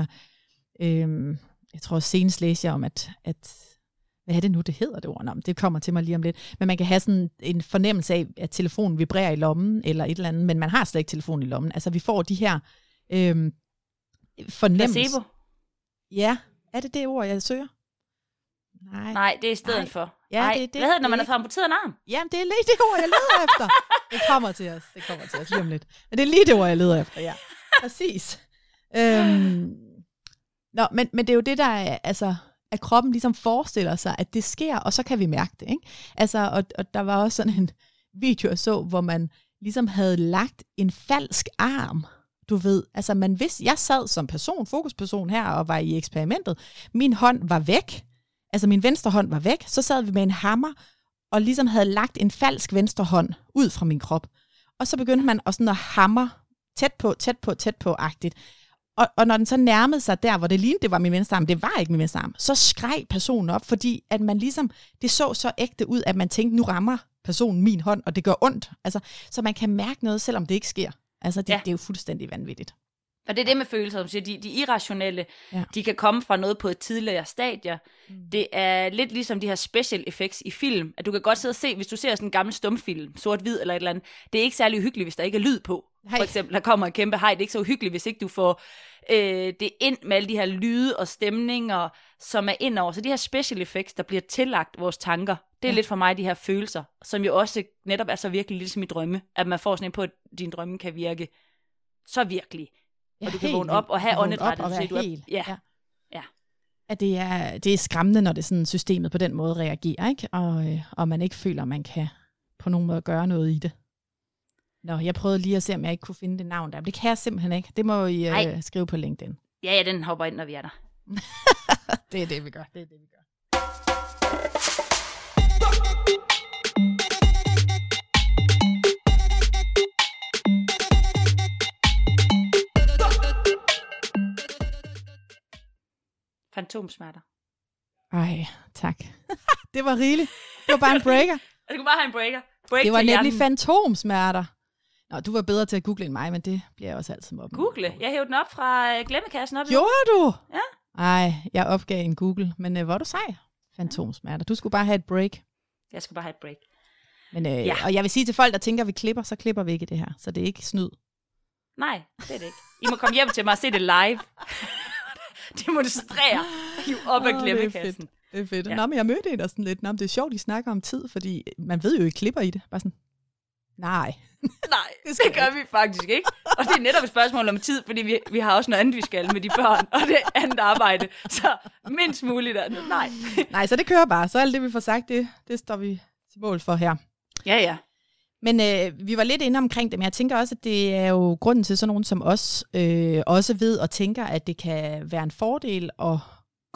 øh, jeg tror senest læste jeg om, at, at hvad er det nu, det hedder det ord om? Det kommer til mig lige om lidt. Men man kan have sådan en fornemmelse af, at telefonen vibrerer i lommen, eller et eller andet, men man har slet ikke telefonen i lommen. Altså vi får de her øh, fornemmelser. Placebo? Ja, er det det ord, jeg søger? Nej. Nej, det er i stedet Nej. for. Ja, Nej. det, det, Hvad hedder det, når det, man har fået amputeret en arm? Jamen, det er lige det ord, jeg leder efter. Det kommer til os. Det kommer til os lige om lidt. Men det er lige det ord, jeg leder efter, ja. Præcis. Øhm. Nå, men, men det er jo det, der er, altså, at kroppen ligesom forestiller sig, at det sker, og så kan vi mærke det, ikke? Altså, og, og der var også sådan en video, jeg så, hvor man ligesom havde lagt en falsk arm. Du ved, altså man vidste, jeg sad som person, fokusperson her, og var i eksperimentet. Min hånd var væk. Altså min venstre hånd var væk, så sad vi med en hammer, og ligesom havde lagt en falsk venstre hånd ud fra min krop. Og så begyndte man at, sådan at hamre tæt på, tæt på, tæt på-agtigt. Og, og når den så nærmede sig der, hvor det lignede, det var min venstre arm, det var ikke min venstre arm, så skreg personen op, fordi at man ligesom, det så så ægte ud, at man tænkte, nu rammer personen min hånd, og det gør ondt. Altså, så man kan mærke noget, selvom det ikke sker. Altså, det, ja. det er jo fuldstændig vanvittigt. Og det er det med følelser, som siger, de, de irrationelle, ja. de kan komme fra noget på et tidligere stadie. Mm. Det er lidt ligesom de her special effects i film, at du kan godt sidde og se, hvis du ser sådan en gammel stumfilm, sort-hvid eller et eller andet, det er ikke særlig uhyggeligt, hvis der ikke er lyd på. Hej. For eksempel, der kommer en kæmpe hej, det er ikke så uhyggeligt, hvis ikke du får øh, det ind med alle de her lyde og stemninger, som er indover. Så de her special effects, der bliver tillagt vores tanker, det er ja. lidt for mig de her følelser, som jo også netop er så virkelig ligesom i drømme, at man får sådan en på, at din drømme kan virke så virkelig. Ja, og du kan vågne op og have åndedrættet. Og være helt. Ja. Ja. Ja. At det er, det er skræmmende, når det sådan systemet på den måde reagerer, ikke? Og, øh, og man ikke føler, at man kan på nogen måde gøre noget i det. Nå, jeg prøvede lige at se, om jeg ikke kunne finde det navn der. Men det kan jeg simpelthen ikke. Det må I øh, skrive på LinkedIn. Ja, ja, den hopper ind, når vi er der. Det er det, vi gør. Det er det, vi gør. Fantomsmerter. Ej, tak. Det var rigeligt. Det var bare en breaker. Du kunne bare have en breaker. Break det var nemlig fantomsmerter. Nå, du var bedre til at google end mig, men det bliver jeg også altid mobbet. Google? Jeg hævde den op fra glemmekassen. Op. Gjorde du? Ja. Ej, jeg opgav en Google, men øh, hvor er du sej? Fantomsmerter. Du skulle bare have et break. Jeg skulle bare have et break. Men, øh, ja. Og jeg vil sige til folk, der tænker, at vi klipper, så klipper vi ikke det her. Så det er ikke snyd. Nej, det er det ikke. I må komme hjem til mig og se det live. De monstrerer hive op af glemmekassen. Det er fedt. Ja. Nå, men jeg mødte en, der sådan lidt, nå, det er sjovt, de snakker om tid, fordi man ved jo ikke, klipper i det. Bare sådan, nej. Nej, det, det gør vi faktisk ikke. Og det er netop et spørgsmål om tid, fordi vi, vi har også noget andet, vi skal med de børn, og det er andet arbejde. Så mindst muligt andet. Nej. Nej, så det kører bare. Så alt det, vi får sagt, det, det står vi til mål for her. Ja, ja. Men øh, vi var lidt inde omkring det, men jeg tænker også, at det er jo grunden til sådan nogen som os, øh, også ved og tænker, at det kan være en fordel at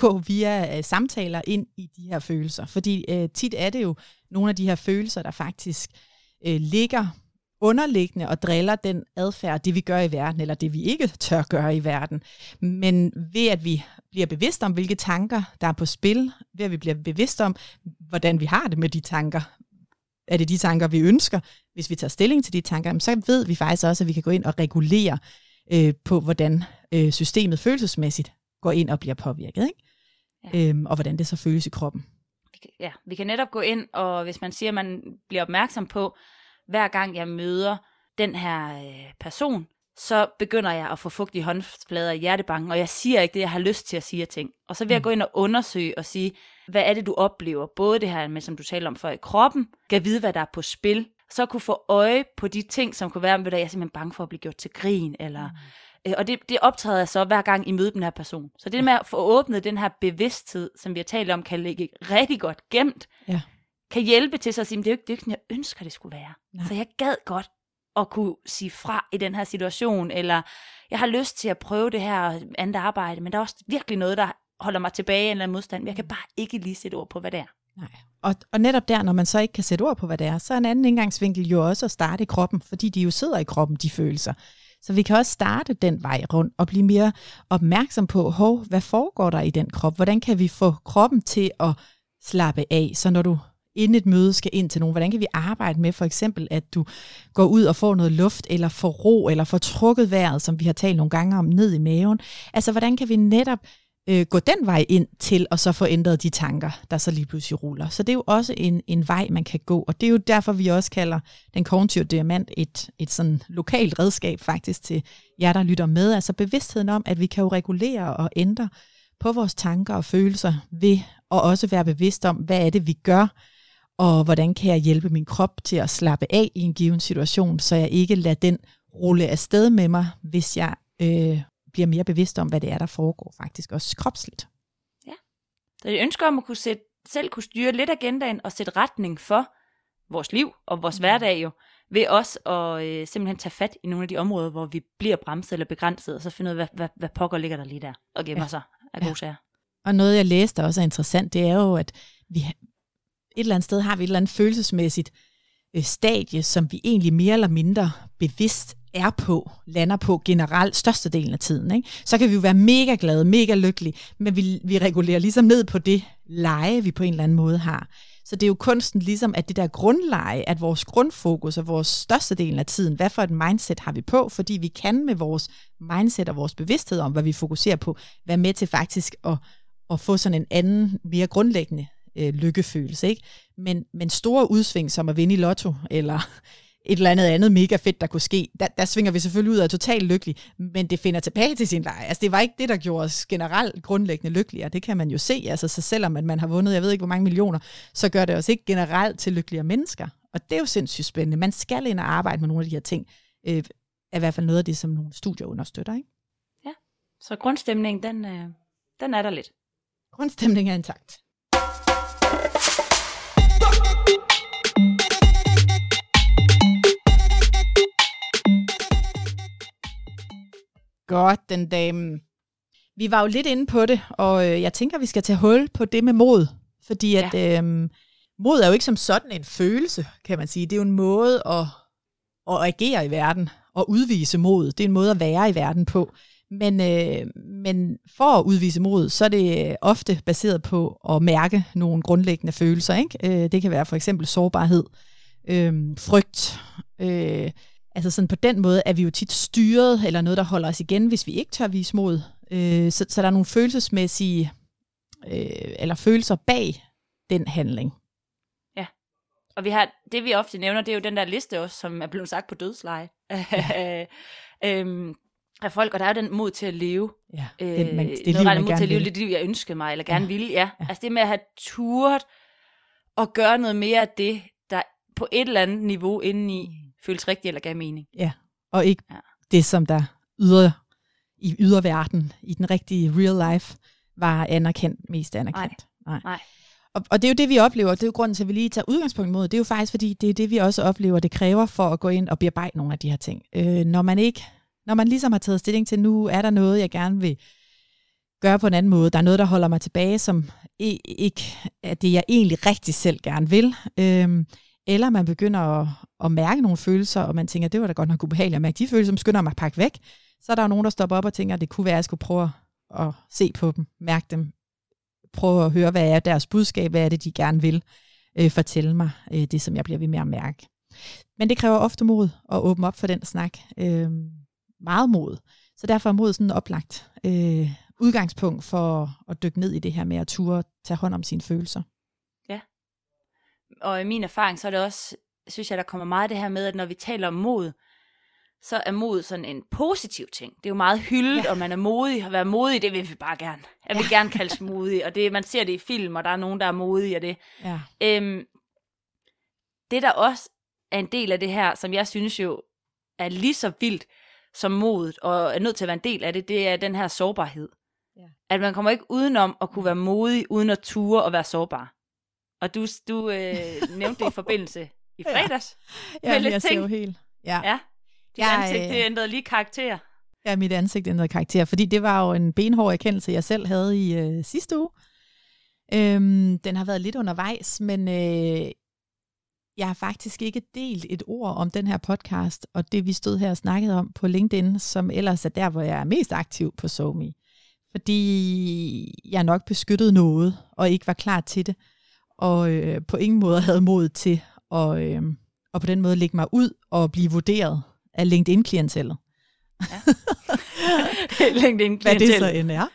gå via øh, samtaler ind i de her følelser. Fordi øh, tit er det jo nogle af de her følelser, der faktisk øh, ligger underliggende og driller den adfærd, det vi gør i verden, eller det vi ikke tør gøre i verden. Men ved at vi bliver bevidste om, hvilke tanker, der er på spil, ved at vi bliver bevidste om, hvordan vi har det med de tanker, er det de tanker, vi ønsker, hvis vi tager stilling til de tanker, så ved vi faktisk også, at vi kan gå ind og regulere øh, på, hvordan øh, systemet følelsesmæssigt går ind og bliver påvirket, ikke? Ja. Øhm, og hvordan det så føles i kroppen. Ja, vi kan netop gå ind, og hvis man siger, at man bliver opmærksom på, hver gang jeg møder den her øh, person, så begynder jeg at få fugtige håndflader i hjertebanken, og jeg siger ikke det, jeg har lyst til at sige af ting. Og så vil jeg gå ind og undersøge og sige, hvad er det, du oplever? Både det her med, som du taler om før, i kroppen, kan vide, hvad der er på spil, så kunne få øje på de ting, som kunne være, at jeg er simpelthen bange for at blive gjort til grin, eller... Mm. Øh, og det, det optræder jeg så hver gang I møder den her person. Så det med at få åbnet den her bevidsthed, som vi har talt om, kan ligge rigtig godt gemt, ja. Kan hjælpe til så at sige, det er jo ikke, det er ikke sådan, jeg ønsker, det skulle være. Nej. Så jeg gad godt at kunne sige fra i den her situation, eller jeg har lyst til at prøve det her andet arbejde, men der er også virkelig noget, der holder mig tilbage i en eller anden modstand, men jeg kan bare ikke lige sætte ord på, hvad det er. Nej. Og, og netop der, når man så ikke kan sætte ord på, hvad det er, så er en anden indgangsvinkel jo også at starte i kroppen, fordi de jo sidder i kroppen, de følelser. Så vi kan også starte den vej rundt og blive mere opmærksom på, hov, hvad foregår der i den krop? Hvordan kan vi få kroppen til at slappe af? Så når du inden et møde skal ind til nogen, hvordan kan vi arbejde med for eksempel, at du går ud og får noget luft, eller får ro, eller får trukket vejret, som vi har talt nogle gange om, ned i maven? Altså, hvordan kan vi netop øh, gå den vej ind til, og så få ændret de tanker, der så lige pludselig ruller? Så det er jo også en, en vej, man kan gå, og det er jo derfor, vi også kalder den kognitive diamant et, et sådan lokalt redskab faktisk til jer, der lytter med. Altså bevidstheden om, at vi kan jo regulere og ændre på vores tanker og følelser ved at også være bevidst om, hvad er det, vi gør, og hvordan kan jeg hjælpe min krop til at slappe af i en given situation, så jeg ikke lader den rulle afsted med mig, hvis jeg øh, bliver mere bevidst om, hvad det er, der foregår faktisk også kropsligt. Ja, så jeg ønsker om at kunne sætte, selv kunne styre lidt agendaen og sætte retning for vores liv og vores mm. hverdag jo, ved også at øh, simpelthen tage fat i nogle af de områder, hvor vi bliver bremset eller begrænset, og så finde ud af, hvad, hvad, hvad pokker ligger der lige der, og gemmer ja. sig af gode sager. Og noget, jeg læste, der også er interessant, det er jo, at vi et eller andet sted har vi et eller andet følelsesmæssigt øh, stadie, som vi egentlig mere eller mindre bevidst er på, lander på generelt størstedelen af tiden. Ikke? Så kan vi jo være mega glade, mega lykkelige, men vi, vi regulerer ligesom ned på det leje, vi på en eller anden måde har. Så det er jo kunsten ligesom, at det der grundleje, at vores grundfokus og vores størstedelen af tiden, hvad for et mindset har vi på, fordi vi kan med vores mindset og vores bevidsthed om, hvad vi fokuserer på, være med til faktisk at, at få sådan en anden, mere grundlæggende øh, lykkefølelse. Ikke? Men, men store udsving, som at vinde i lotto, eller et eller andet andet mega fedt, der kunne ske, der, der svinger vi selvfølgelig ud af totalt lykkelig, men det finder tilbage til sin leje. Altså det var ikke det, der gjorde os generelt grundlæggende lykkeligere. Det kan man jo se. Altså så selvom man har vundet, jeg ved ikke hvor mange millioner, så gør det os ikke generelt til lykkeligere mennesker. Og det er jo sindssygt spændende. Man skal ind og arbejde med nogle af de her ting. Øh, er i hvert fald noget af det, som nogle studier understøtter. Ikke? Ja, så grundstemningen, den, øh, den er der lidt. Grundstemningen er intakt. Godt, den dame. Vi var jo lidt inde på det, og øh, jeg tænker, vi skal tage hul på det med mod. Fordi at ja. øh, mod er jo ikke som sådan en følelse, kan man sige. Det er jo en måde at, at agere i verden, og udvise mod. Det er en måde at være i verden på. Men, øh, men for at udvise mod, så er det ofte baseret på at mærke nogle grundlæggende følelser. Ikke? Øh, det kan være for eksempel sårbarhed, øh, frygt. Øh, altså sådan på den måde er vi jo tit styret, eller noget, der holder os igen, hvis vi ikke tør vise mod. Øh, så, så der er nogle følelsesmæssige, øh, eller følelser bag den handling. Ja, og vi har, det vi ofte nævner, det er jo den der liste også, som er blevet sagt på dødsleje. Ja. øhm, af folk, og der er jo den mod til at leve. Ja, den, man, det er noget mod til at leve det liv, jeg ønskede mig, eller gerne ja. ville. Ja. Ja. Altså det med at have turet og gøre noget mere af det, der på et eller andet niveau indeni føles rigtigt eller gav mening. Ja, og ikke ja. det, som der yder i yderverden, i den rigtige real life, var anerkendt, mest anerkendt. Nej, nej. nej. Og, og det er jo det, vi oplever, det er jo grunden til, at vi lige tager udgangspunkt mod, det er jo faktisk, fordi det er det, vi også oplever, det kræver for at gå ind og bearbejde nogle af de her ting. Øh, når man ikke Når man ligesom har taget stilling til, nu er der noget, jeg gerne vil gøre på en anden måde. Der er noget, der holder mig tilbage, som ikke er det, jeg egentlig rigtig selv gerne vil. Øhm, eller man begynder at, at mærke nogle følelser, og man tænker, det var da godt nok ubehageligt at mærke de følelser, som skynder mig at pakke væk. Så er der jo nogen, der stopper op og tænker, at det kunne være, at jeg skulle prøve at se på dem, mærke dem, prøve at høre, hvad er deres budskab, hvad er det, de gerne vil øh, fortælle mig, øh, det som jeg bliver ved med at mærke. Men det kræver ofte mod at åbne op for den snak. Øh, meget mod. Så derfor er mod sådan en oplagt øh, udgangspunkt for at dykke ned i det her med at ture tage hånd om sine følelser. Ja. Og i min erfaring, så er det også, synes jeg, der kommer meget det her med, at når vi taler om mod, så er mod sådan en positiv ting. Det er jo meget hyldet, ja. Og man er modig. At være modig, det vil vi bare gerne. Jeg vil ja. gerne kaldes modig, og det, man ser det i film, og der er nogen, der er modige af det. Ja. Øhm, det, der også er en del af det her, som jeg synes jo er lige så vildt som modet, og er nødt til at være en del af det, det er den her sårbarhed. Ja. At man kommer ikke udenom at kunne være modig, uden at ture og være sårbar. Og du, du øh, nævnte det i forbindelse i fredags. Ja, ja jeg ser jo helt. Ja. Ja. Dit jeg, ansigt, det ændrede lige karakter. Ja, mit ansigt ændrede karakter, fordi det var jo en benhård erkendelse, jeg selv havde i øh, sidste uge. Øhm, den har været lidt undervejs, men øh, jeg har faktisk ikke delt et ord om den her podcast, og det vi stod her og snakkede om på LinkedIn, som ellers er der, hvor jeg er mest aktiv på SoMe. Fordi jeg nok beskyttede noget, og ikke var klar til det, og øh, på ingen måde havde mod til at øh, og på den måde lægge mig ud og blive vurderet af LinkedIn-klientellet. Ja. LinkedIn-klientellet. Hvad det så end er.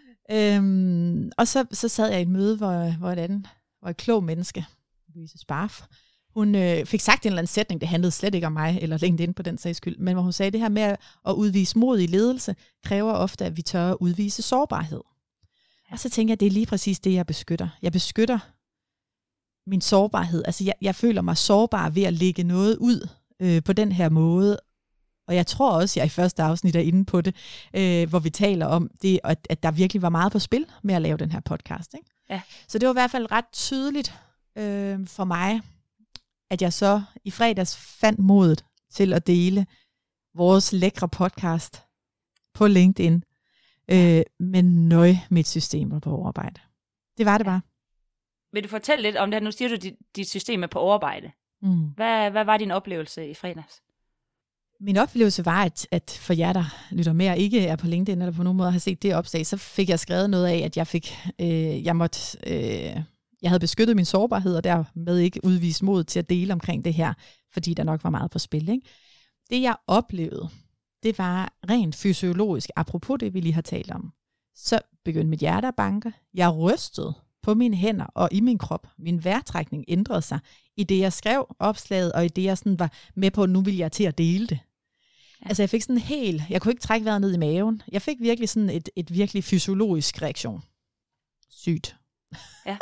Øhm, og så, så sad jeg i et møde, hvor, hvor, et, andet, hvor et klog menneske, Louise Sparf, hun øh, fik sagt en eller anden sætning, det handlede slet ikke om mig, eller LinkedIn på den sags skyld, men hvor hun sagde, det her med at udvise mod i ledelse, kræver ofte, at vi tør at udvise sårbarhed. Ja. Og så tænker jeg, det er lige præcis det, jeg beskytter. Jeg beskytter min sårbarhed. Altså, jeg, jeg føler mig sårbar ved at lægge noget ud øh, på den her måde. Og jeg tror også, jeg i første afsnit er inde på det, øh, hvor vi taler om det, at, at der virkelig var meget på spil med at lave den her podcast. Ikke? Ja. Så det var i hvert fald ret tydeligt øh, for mig, at jeg så i fredags fandt modet til at dele vores lækre podcast på LinkedIn. Øh, men nøj, mit system var på overarbejde. Det var det bare. Vil du fortælle lidt om det? Nu siger du, at dit, dit system er på overarbejde. Mm. Hvad, hvad var din oplevelse i fredags? Min oplevelse var, at, at for jer, der lytter mere, ikke er på LinkedIn eller på nogen måde har set det opslag, så fik jeg skrevet noget af, at jeg fik, øh, jeg måtte, øh, jeg havde beskyttet min sårbarhed, og dermed ikke udvist mod til at dele omkring det her, fordi der nok var meget på spil. Ikke? Det jeg oplevede, det var rent fysiologisk, apropos det, vi lige har talt om. Så begyndte mit hjerte at banke. Jeg rystede på mine hænder og i min krop. Min vejrtrækning ændrede sig i det, jeg skrev opslaget, og i det, jeg sådan var med på, nu ville jeg til at dele det. Ja. Altså jeg fik sådan en helt, jeg kunne ikke trække vejret ned i maven. Jeg fik virkelig sådan et, et virkelig fysiologisk reaktion. Sygt. Ja.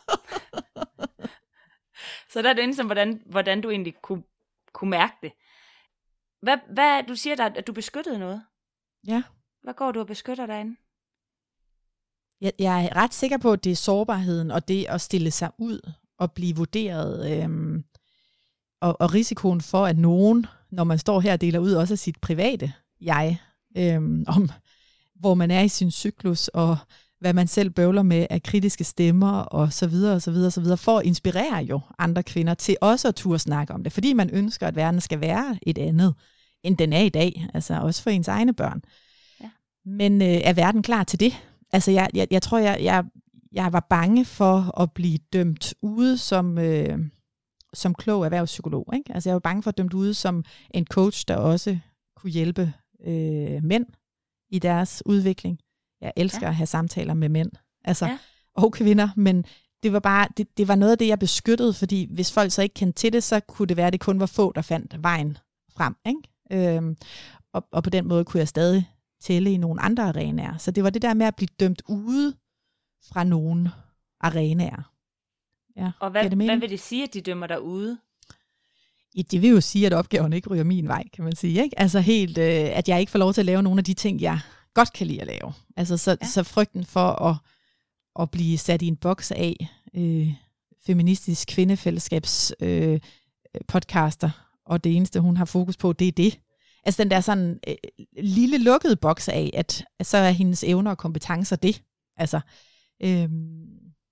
Så der er det inde som, hvordan, hvordan du egentlig kunne, kunne mærke det. Hvad, hvad, du siger, der, at du beskyttede noget. Ja. Hvad går du og beskytter derinde? Jeg, jeg er ret sikker på, at det er sårbarheden, og det at stille sig ud og blive vurderet, øhm, og, og risikoen for, at nogen, når man står her og deler ud også af sit private jeg, øhm, om hvor man er i sin cyklus, og hvad man selv bøvler med af kritiske stemmer, og så videre, og så videre, og så videre, for at inspirere jo andre kvinder til også at turde snakke om det, fordi man ønsker, at verden skal være et andet, end den er i dag, altså også for ens egne børn. Ja. Men øh, er verden klar til det? Altså jeg, jeg, jeg tror, jeg, jeg, jeg var bange for at blive dømt ude som, øh, som klog erhvervspsykolog. Ikke? Altså jeg var bange for at dømt ude som en coach, der også kunne hjælpe øh, mænd i deres udvikling. Jeg elsker ja. at have samtaler med mænd, altså ja. og kvinder, men det var bare det, det var noget af det, jeg beskyttede, fordi hvis folk så ikke kendte til det, så kunne det være, at det kun var få, der fandt vejen frem. Ikke? Øhm, og, og på den måde kunne jeg stadig tælle i nogle andre arenaer. Så det var det der med at blive dømt ude fra nogle arenaer. Ja, og hvad, hvad vil det sige, at de dømmer dig ude? Ja, det vil jo sige, at opgaven ikke ryger min vej, kan man sige. Ikke? Altså helt, øh, at jeg ikke får lov til at lave nogle af de ting, jeg godt kan lide at lave. Altså så, ja. så frygten for at, at blive sat i en boks af øh, feministisk kvindefællesskabs øh, podcaster, og det eneste, hun har fokus på, det er det. Altså den der sådan øh, lille lukkede boks af, at, at så er hendes evner og kompetencer det. Altså, øhm,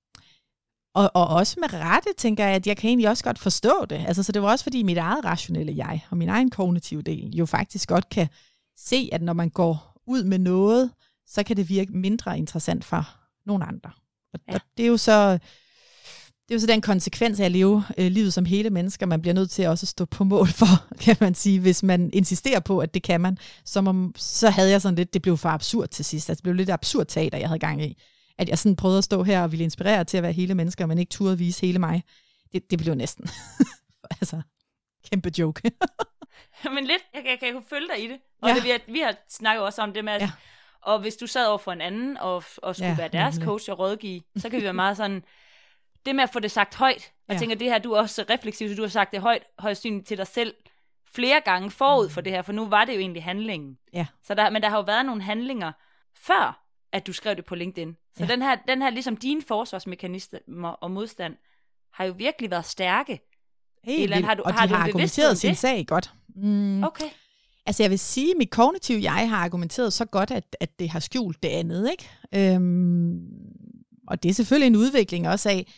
og, og også med rette, tænker jeg, at jeg kan egentlig også godt forstå det. Altså, så det var også fordi mit eget rationelle jeg, og min egen kognitive del, jo faktisk godt kan se, at når man går ud med noget, så kan det virke mindre interessant for nogle andre. Og, ja. og det er jo så... Det er jo så den konsekvens af at leve øh, livet som hele mennesker, man bliver nødt til også at stå på mål for, kan man sige. Hvis man insisterer på, at det kan man, så, må, så havde jeg sådan lidt, det blev for absurd til sidst. Altså, det blev lidt absurd teater, jeg havde gang i. At jeg sådan prøvede at stå her og ville inspirere til at være hele mennesker, men ikke turde vise hele mig. Det, det blev næsten altså kæmpe joke. Men lidt, jeg, jeg kan jo følge dig i det. Og ja. det, vi, har, vi har snakket også om det med, at ja. og hvis du sad over for en anden, og, og skulle ja, være deres nemlig. coach og rådgive, så kan vi være meget sådan... Det med at få det sagt højt, og jeg ja. tænker, det her, du er også refleksiv, så du har sagt det højt, højst synligt til dig selv flere gange forud for det her, for nu var det jo egentlig handlingen. Ja. Så der, men der har jo været nogle handlinger før, at du skrev det på LinkedIn. Så ja. den her, den her, ligesom dine forsvarsmekanismer og modstand, har jo virkelig været stærke. Helt vildt, har du, og de har, har argumenteret sin sag godt. Mm. Okay. Altså jeg vil sige, at mit kognitive jeg har argumenteret så godt, at, at det har skjult det andet, ikke? Øhm, og det er selvfølgelig en udvikling også af,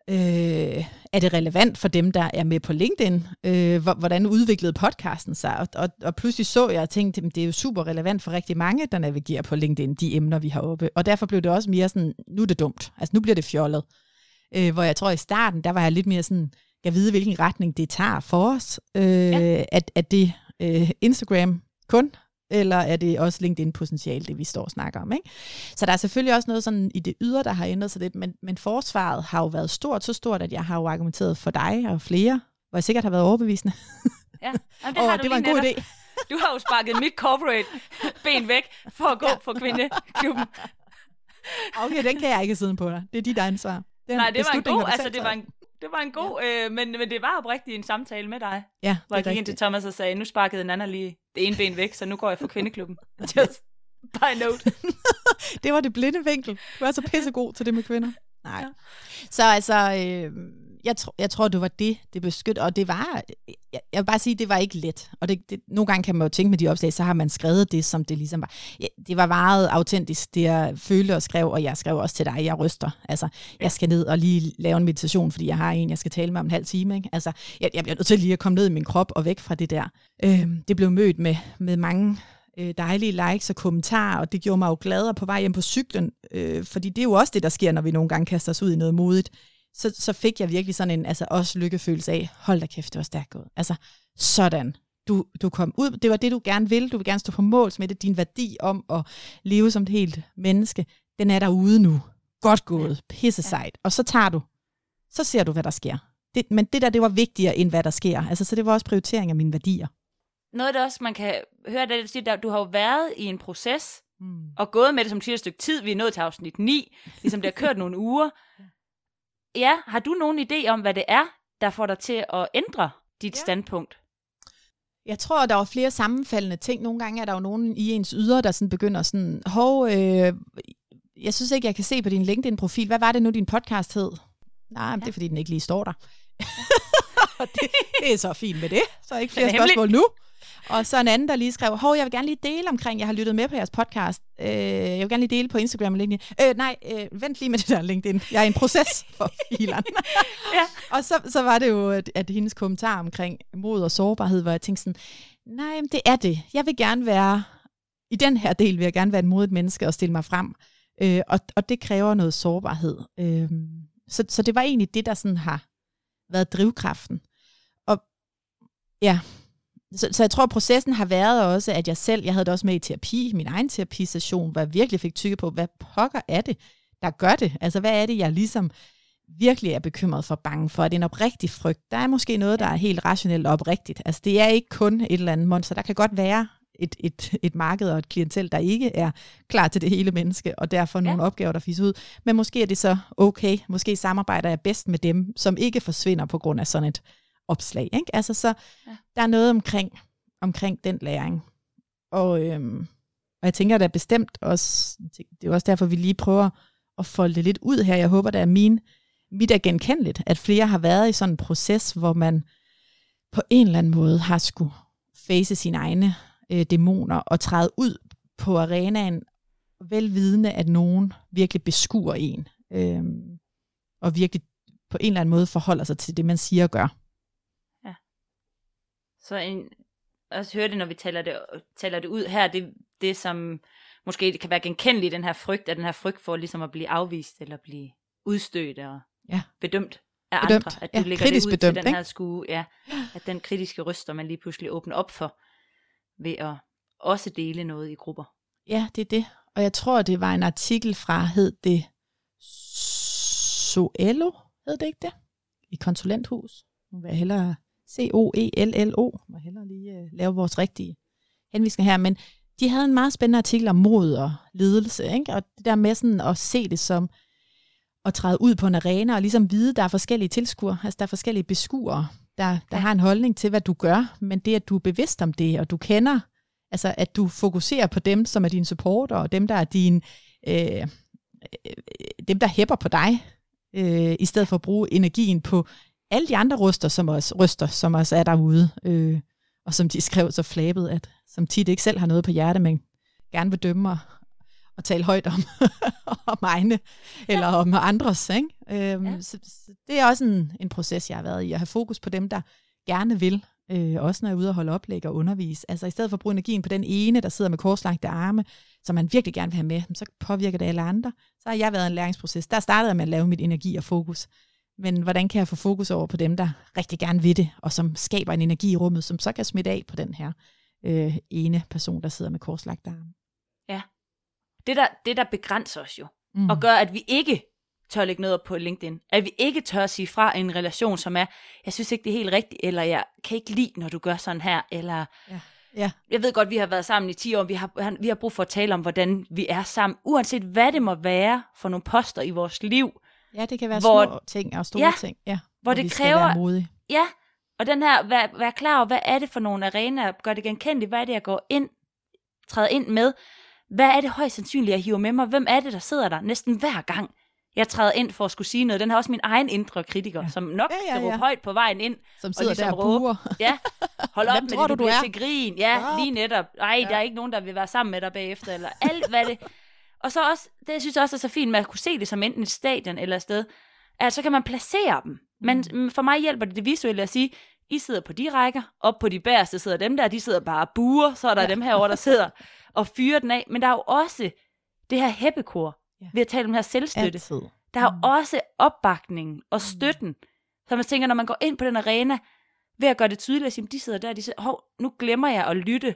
Øh, er det relevant for dem, der er med på LinkedIn? Øh, hvordan udviklede podcasten sig? Og, og, og pludselig så jeg og tænkte, at det er jo super relevant for rigtig mange, der navigerer på LinkedIn, de emner, vi har oppe. Og derfor blev det også mere sådan, nu er det dumt. Altså nu bliver det fjollet. Øh, hvor jeg tror i starten, der var jeg lidt mere sådan, jeg ved, hvilken retning det tager for os. Øh, ja. at, at det øh, Instagram kun, eller er det også LinkedIn-potentiale, det vi står og snakker om, ikke? Så der er selvfølgelig også noget sådan i det ydre, der har ændret sig lidt, men, men forsvaret har jo været stort, så stort, at jeg har jo argumenteret for dig og flere, hvor jeg sikkert har været overbevisende. Ja, jamen, det, har og du det var en god netop. idé. Du har jo sparket mit corporate ben væk, for at gå ja. på kvindeklubben. Okay, den kan jeg ikke sidde på dig. Det er dit ansvar. Den Nej, det var en god, altså det var en Det var en god, ja. øh, men, men det var oprigtigt en samtale med dig. Ja, hvor jeg gik ind til Thomas og sagde, nu sparkede Nana lige det ene ben væk, så nu går jeg for kvindeklubben. Just by note. Det var det blinde vinkel. Du er så pissegod til det med kvinder. Nej. Ja. Så altså, øh, jeg, tro, jeg tror, det var det, det beskyttede. Og det var, jeg, jeg vil bare sige, det var ikke let. Og det, det, nogle gange kan man jo tænke med de opslag, så har man skrevet det, som det ligesom var. Ja, det var meget autentisk, det jeg følte og skrev, og jeg skrev også til dig, jeg ryster. Altså, jeg skal ned og lige lave en meditation, fordi jeg har en, jeg skal tale med om en halv time. Ikke? Altså, jeg, jeg bliver nødt til lige at komme ned i min krop og væk fra det der. Øh, det blev mødt med, med mange dejlige likes og kommentarer, og det gjorde mig jo gladere på vej hjem på cyklen, øh, fordi det er jo også det, der sker, når vi nogle gange kaster os ud i noget modigt. Så, så fik jeg virkelig sådan en, altså også lykkefølelse af, hold da kæft, det var stærkt gået. Altså, sådan. Du, du kom ud, det var det, du gerne vil, du vil gerne stå på mål med det, din værdi om at leve som et helt menneske, den er derude nu. Godt gået, pisse sejt. Og så tager du, så ser du, hvad der sker. Det, men det der, det var vigtigere, end hvad der sker. Altså, så det var også prioritering af mine værdier. Noget af det også, man kan høre, det, du siger, du har jo været i en proces, mm. og gået med det som siger et stykke tid. Vi er nået til afsnit ni, ligesom det har kørt nogle uger. Ja, har du nogen idé om, hvad det er, der får dig til at ændre dit ja. standpunkt? Jeg tror, der var flere sammenfaldende ting. Nogle gange er der jo nogen i ens ydre, der sådan begynder sådan, hov, øh, jeg synes ikke, jeg kan se på din LinkedIn-profil. Hvad var det nu, din podcast hed? Nej, ja. det er, fordi den ikke lige står der. det, det er så fint med det. Så er ikke flere spørgsmål nu. Og så en anden, der lige skrev, hov, jeg vil gerne lige dele omkring, jeg har lyttet med på jeres podcast. Øh, jeg vil gerne lige dele på Instagram og LinkedIn. Øh, nej, øh, vent lige med det der LinkedIn. Jeg er i en proces for filerne. ja. Og så, så var det jo, at, at hendes kommentar omkring mod og sårbarhed, hvor jeg tænkte sådan, nej, men det er det. Jeg vil gerne være, i den her del vil jeg gerne være et modigt menneske og stille mig frem. Øh, og, og det kræver noget sårbarhed. Øh, så, så det var egentlig det, der sådan har været drivkraften. Og ja... Så, så jeg tror, at processen har været også, at jeg selv, jeg havde det også med i terapi, min egen terapisession, hvor jeg virkelig fik tykket på, hvad pokker er det, der gør det? Altså, hvad er det, jeg ligesom virkelig er bekymret for, bange for? Er det en oprigtig frygt? Der er måske noget, der er helt rationelt og oprigtigt. Altså, det er ikke kun et eller andet monster. Der kan godt være et, et, et marked og et klientel, der ikke er klar til det hele menneske, og derfor nogle ja. opgaver, der fiser ud. Men måske er det så okay. Måske samarbejder jeg bedst med dem, som ikke forsvinder på grund af sådan et opslag, ikke? Altså så, ja. der er noget omkring, omkring den læring. Og, øhm, og jeg tænker, at det er bestemt også, det er også derfor, vi lige prøver at folde det lidt ud her. Jeg håber, det er min, mit er genkendeligt, at flere har været i sådan en proces, hvor man på en eller anden måde har skulle face sine egne øh, dæmoner og træde ud på arenaen, velvidende, at nogen virkelig beskuer en, øh, og virkelig på en eller anden måde forholder sig til det, man siger og gør. Ja. Så en, også høre det, når vi taler det, taler det ud her, det, det som måske kan være genkendeligt, den her frygt, at den her frygt for ligesom at blive afvist, eller blive udstødt og ja. bedømt af bedømt. andre. At du ja, lægger kritisk det ud bedømt, til den ikke? her skue, ja, at den kritiske røster, man lige pludselig åbner op for, ved at også dele noget i grupper. Ja, det er det. Og jeg tror, det var en artikel fra, hed det Coello, hed det ikke det? I konsulenthus. Nu vil jeg hellere C O E L L O. Jeg må hellere lige uh, lave vores rigtige henvisning her. Men de havde en meget spændende artikel om mod og ledelse, ikke? Og det der med sådan at se det som at træde ud på en arena og ligesom vide, at der er forskellige tilskuere, altså der er forskellige beskuere, der, der ja. har en holdning til, hvad du gør, men det, at du er bevidst om det, og du kender, altså at du fokuserer på dem, som er dine supporter, og dem, der er dine, øh, dem, der hæpper på dig, øh, i stedet for at bruge energien på alle de andre ryster, som også, ryster, som også er derude, øh, og som de skrev så flabet, at som tit ikke selv har noget på hjerte, men gerne vil dømme og, og tale højt om, om egne, eller ja. om andres. Ikke? Øhm, ja. så, så det er også en, en proces, jeg har været i, at have fokus på dem, der gerne vil, øh, også når jeg er ude og holde oplæg og undervise. Altså i stedet for at bruge energien på den ene, der sidder med korslagte arme, som man virkelig gerne vil have med, så påvirker det alle andre. Så har jeg været en læringsproces. Der startede jeg med at lave mit energi og fokus. Men hvordan kan jeg få fokus over på dem, der rigtig gerne vil det, og som skaber en energi i rummet, som så kan smitte af på den her øh, ene person, der sidder med korslagte arme. Ja. Det der, det der begrænser os jo, mm. og gør, at vi ikke tør lægge noget op på LinkedIn. At vi ikke tør at sige fra en relation, som er, jeg synes ikke, det er helt rigtigt, eller jeg kan ikke lide, når du gør sådan her, eller ja. Ja. Jeg ved godt, vi har været sammen i ti år, vi har, vi har brug for at tale om, hvordan vi er sammen, uanset hvad det må være for nogle poster i vores liv. Ja, det kan være hvor, små ting og store ja, ting, ja, hvor, hvor det vi skal kræver, være modige. Ja, og den her, vær, vær klar over, hvad er det for nogle arenaer, gør det genkendeligt, hvad er det, jeg går ind, træder ind med, hvad er det højst sandsynligt, jeg hiver med mig, hvem er det, der sidder der næsten hver gang, jeg træder ind for at skulle sige noget. Den har også min egen indre kritiker, ja. som nok ja, ja, ja. skal råbe højt på vejen ind. Som sidder og ligesom der og buer. Ja, hold op med det, du, du bliver er? til grin. Ja, ja, lige netop. Ej, ja. der er ikke nogen, der vil være sammen med dig bagefter, eller alt hvad det. Og så også, det jeg synes også er så fint med at kunne se det som enten et stadion eller et sted, at så kan man placere dem. Men mm. for mig hjælper det det visuelle at sige, I sidder på de rækker, op på de bagerste sidder dem der, de sidder bare og buer, så er der ja. dem herovre, der sidder og fyrer den af. Men der er jo også det her heppekor, ja. ved at tale om den her selvstøtte. Altid. Der er mm. også opbakningen og støtten. Mm. Så man tænker, når man går ind på den arena, ved at gøre det tydeligt, at sige, de sidder der, de siger, hov, nu glemmer jeg at lytte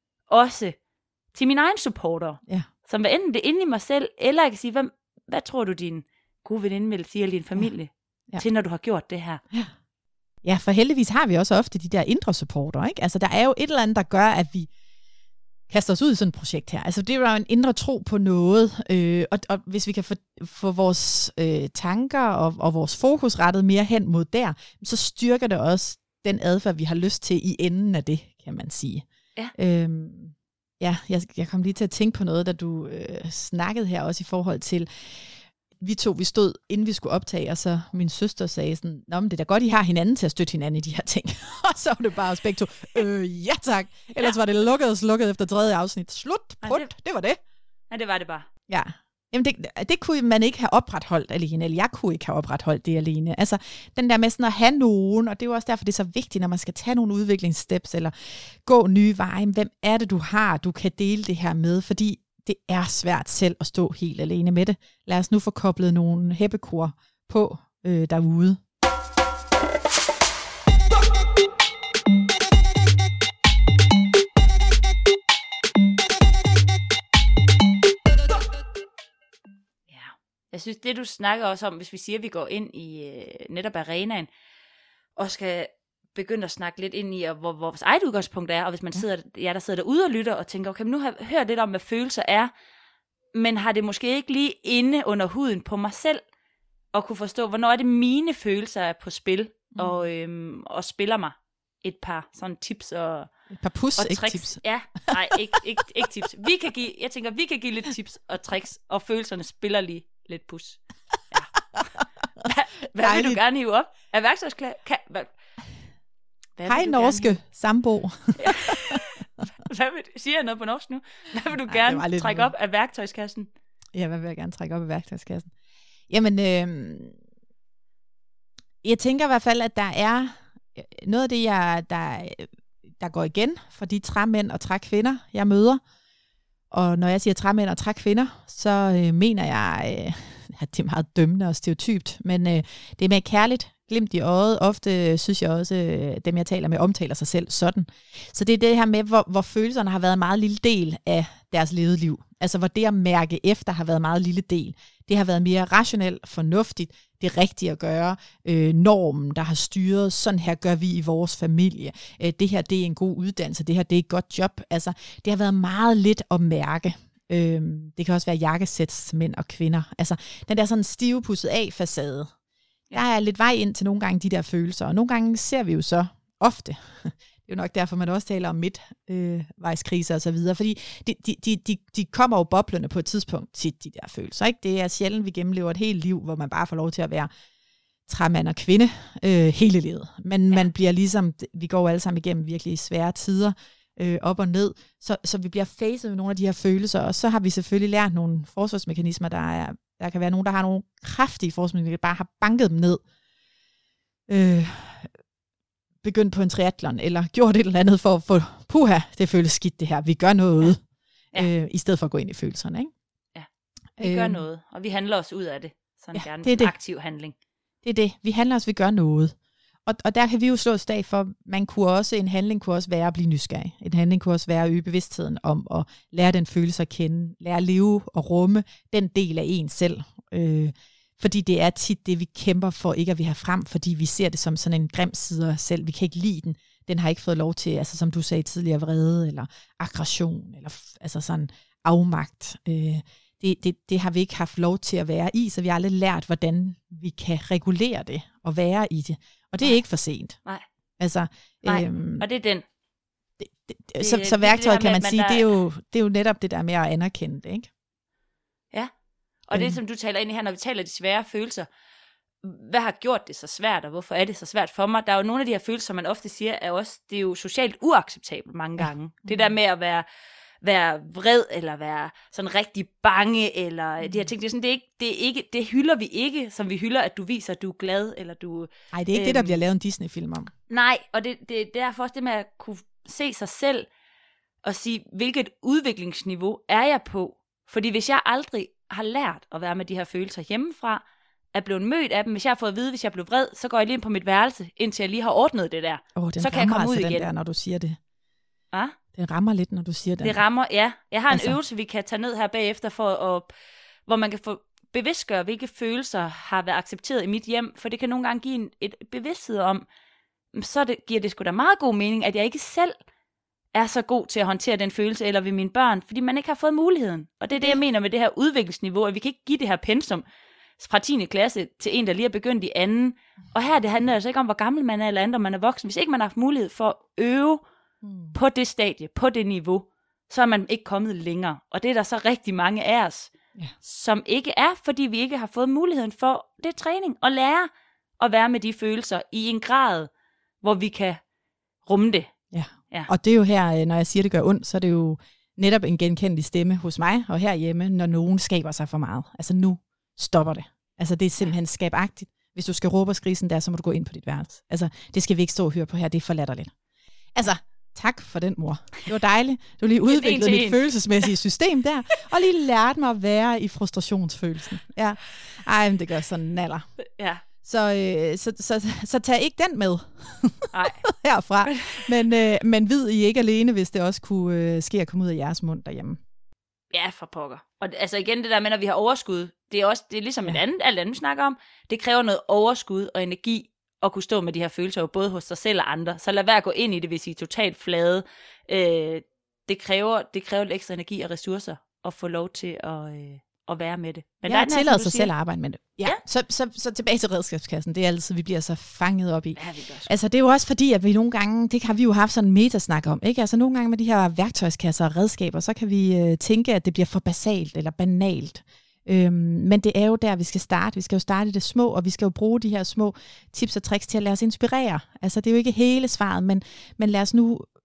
også til mine egne supportere. Ja. Som hvad enten det inde i mig selv, eller jeg kan sige, hvad, hvad tror du din gode veninde vil sige, eller din familie, ja. Ja. til når du har gjort det her? Ja. ja, for heldigvis har vi også ofte de der indre supportere, ikke? Altså der er jo et eller andet, der gør, at vi kaster os ud i sådan et projekt her. Altså det er jo en indre tro på noget, øh, og, og hvis vi kan få, få vores øh, tanker og, og vores fokus rettet mere hen mod der, så styrker det også den adfærd, vi har lyst til i enden af det, kan man sige. Ja. Øhm, ja, jeg, jeg kom lige til at tænke på noget, da du øh, snakkede her også i forhold til, vi to, vi stod, inden vi skulle optage, og så min søster sagde sådan, nå, men det er da godt, I har hinanden til at støtte hinanden i de her ting. Og så var det bare os begge to, øh, ja tak. Ellers ja. var det lukket og slukket efter tredje afsnit. Slut, prut, det, det var det. Ja, det var det bare. Ja, jamen det, det kunne man ikke have opretholdt alene, eller jeg kunne ikke have opretholdt det alene. Altså den der med sådan at have nogen, og det er jo også derfor, det er så vigtigt, når man skal tage nogle udviklingssteps, eller gå nye veje. Hvem er det, du har, du kan dele det her med, fordi det er svært selv at stå helt alene med det. Lad os nu få koblet nogle heppekor på øh, derude. Ja, jeg synes, det du snakker også om, hvis vi siger, at vi går ind i øh, netop arenaen, og skal begynde at snakke lidt ind i, hvor, hvor vores eget udgangspunkt er, og hvis man sidder, ja, der sidder derude og lytter og tænker, okay, men nu har jeg hørt lidt om, hvad følelser er, men har det måske ikke lige inde under huden på mig selv, og kunne forstå, hvornår er det mine følelser er på spil, mm. og, øhm, og spiller mig et par sådan tips og et par pus, og ikke tricks. tips. Ja, nej, ikke, ikke, ikke tips. Vi kan give, jeg tænker, vi kan give lidt tips og tricks, og følelserne spiller lige lidt pus. Ja. Hvad, hvad vil du gerne hive op? Er værktøjsklar? Kan, hvad, Hej norske sambo. Hvad vil, siger jeg noget på norsk nu? Hvad vil du Ej, gerne trække op af værktøjskassen? Ja, hvad vil jeg gerne trække op af værktøjskassen? Jamen, øh, jeg tænker i hvert fald, at der er noget af det, jeg, der, der går igen for de træmænd og trækvinder, jeg møder. Og når jeg siger træmænd og trækvinder, så øh, mener jeg, øh, at det er meget dømmende og stereotypt, men øh, det er med kærligt, glimt i øjet. Ofte synes jeg også, øh, dem jeg taler med, omtaler sig selv sådan. Så det er det her med, hvor, hvor følelserne har været en meget lille del af deres levede liv. Altså hvor det at mærke efter har været en meget lille del. Det har været mere rationelt, fornuftigt, det rigtige at gøre, øh, normen, der har styret, sådan her gør vi i vores familie. Øh, det her, det er en god uddannelse, det her, det er et godt job. Altså, det har været meget lidt at mærke. Øh, det kan også være jakkesæts mænd og kvinder. Altså, den der sådan stivpudset af-facade. Der er lidt vej ind til nogle gange de der følelser, og nogle gange ser vi jo så ofte, det er jo nok derfor, man også taler om midtvejskriser øh, og så videre, fordi de, de, de, de, de kommer jo boblende på et tidspunkt tit, de der følelser. Ikke? Det er sjældent, vi gennemlever et helt liv, hvor man bare får lov til at være træmand og kvinde øh, hele livet. Men ja. Man bliver ligesom, vi går jo alle sammen igennem virkelig svære tider, øh, op og ned, så, så vi bliver facet med nogle af de her følelser, og så har vi selvfølgelig lært nogle forsvarsmekanismer, der er, der kan være nogen, der har nogle kraftige forsvarsmekanismer, der bare har banket dem ned. Øh, begyndt på en triathlon, eller gjort et eller andet for at få, puha, det føles skidt det her, vi gør noget, ja. Ja. Øh, i stedet for at gå ind i følelserne, ikke? Ja, vi øh, gør noget, og vi handler os ud af det, sådan ja, gerne det er det. Aktiv handling. Det er det, vi handler os, vi gør noget. Og, og der kan vi jo slå et slag for, man kunne også, en handling kunne også være at blive nysgerrig. En handling kunne også være at øge bevidstheden om at lære den følelse at kende, lære at leve og rumme den del af en selv. Øh, Fordi det er tit det, vi kæmper for ikke at vi har frem, fordi vi ser det som sådan en grim side af os selv. Vi kan ikke lide den. Den har ikke fået lov til, altså som du sagde tidligere, vrede eller aggression, eller altså sådan afmagt. Øh, det, det, det har vi ikke haft lov til at være i, så vi har aldrig lært, hvordan vi kan regulere det og være i det. Og det er Nej. ikke for sent. Nej. Altså, Nej, øhm, og det er den. Det, det, så, så værktøjet, det kan man, man sige, der... det, er jo, det er jo netop det der med at anerkende det, ikke? Ja. Og det, som du taler ind i her, når vi taler de svære følelser, hvad har gjort det så svært, og hvorfor er det så svært for mig? Der er jo nogle af de her følelser, man ofte siger, er også, det er jo socialt uacceptabelt mange gange. Ja. Det der med at være, være vred, eller være sådan rigtig bange, eller mm. de her ting, det er, sådan, det, er ikke, det, er ikke, det hylder vi ikke, som vi hylder, at du viser, at du er glad, eller du... Nej, det er ikke øhm, det, der bliver lavet en Disney-film om. Nej, og det, det, det er derfor også det med at kunne se sig selv, og sige, hvilket udviklingsniveau er jeg på? Fordi hvis jeg aldrig har lært at være med de her følelser hjemmefra, er blevet mødt af dem. Hvis jeg har fået at vide, hvis jeg blev vred, så går jeg lige ind på mit værelse, indtil jeg lige har ordnet det der. Oh, så kan jeg komme altså ud den igen. Der, når du siger det. Ah? Den rammer lidt, når du siger det. Det rammer, ja. Jeg har en altså. øvelse, vi kan tage ned her bagefter, for at, hvor man kan få bevidstgøre, hvilke følelser har været accepteret i mit hjem, for det kan nogle gange give en et bevidsthed om, så det, giver det sgu da meget god mening, at jeg ikke selv er så god til at håndtere den følelse, eller ved mine børn, fordi man ikke har fået muligheden. Og det er det, jeg mener med det her udviklingsniveau, at vi kan ikke give det her pensum fra tiende klasse til en, der lige er begyndt i anden. Og her, det handler altså ikke om, hvor gammel man er, eller andet, om man er voksen. Hvis ikke man har haft mulighed for at øve mm. på det stadie, på det niveau, så er man ikke kommet længere. Og det er der så rigtig mange af os, yeah. som ikke er, fordi vi ikke har fået muligheden for det træning, og lære at være med de følelser i en grad, hvor vi kan rumme det. Ja. Ja. Og det er jo her, når jeg siger, det gør ondt, så er det jo netop en genkendelig stemme hos mig og herhjemme, når nogen skaber sig for meget. Altså nu stopper det. Altså det er simpelthen skabagtigt. Hvis du skal råbe og skrige sådan der, så må du gå ind på dit værelse. Altså det skal vi ikke stå og høre på her, det er for latterligt. Altså tak for den, mor. Det var dejligt. Du lige udviklede mit følelsesmæssige system der, og lige lærte mig at være i frustrationsfølelsen. Ja. Ej, men det gør sådan naller. Ja. Så, øh, så, så, så, så tag ikke den med Nej. herfra. Men, øh, men vid I ikke alene, hvis det også kunne øh, ske at komme ud af jeres mund derhjemme. Ja, for pokker. Og altså igen det der med, når vi har overskud, det er også det er ligesom ja. et andet, alt andet vi snakker om. Det kræver noget overskud og energi at kunne stå med de her følelser, både hos sig selv og andre. Så lad være at gå ind i det, hvis I er totalt flade. Øh, det, kræver, det kræver lidt ekstra energi og ressourcer at få lov til at... Øh, at være med det. Men jeg har tilladet sig selv at arbejde med det. Ja. Ja. Så, så, så tilbage til redskabskassen. Det er altid, vi bliver så fanget op i. Ja, vi gør så. Altså det er jo også fordi, at vi nogle gange, det har vi jo haft sådan en metasnak om, ikke? Altså nogle gange med de her værktøjskasser og redskaber, så kan vi øh, tænke, at det bliver for basalt eller banalt. Øhm, men det er jo der, vi skal starte. Vi skal jo starte i det små, og vi skal jo bruge de her små tips og tricks til at lade os inspirere. Altså det er jo ikke hele svaret, men, men lad os nu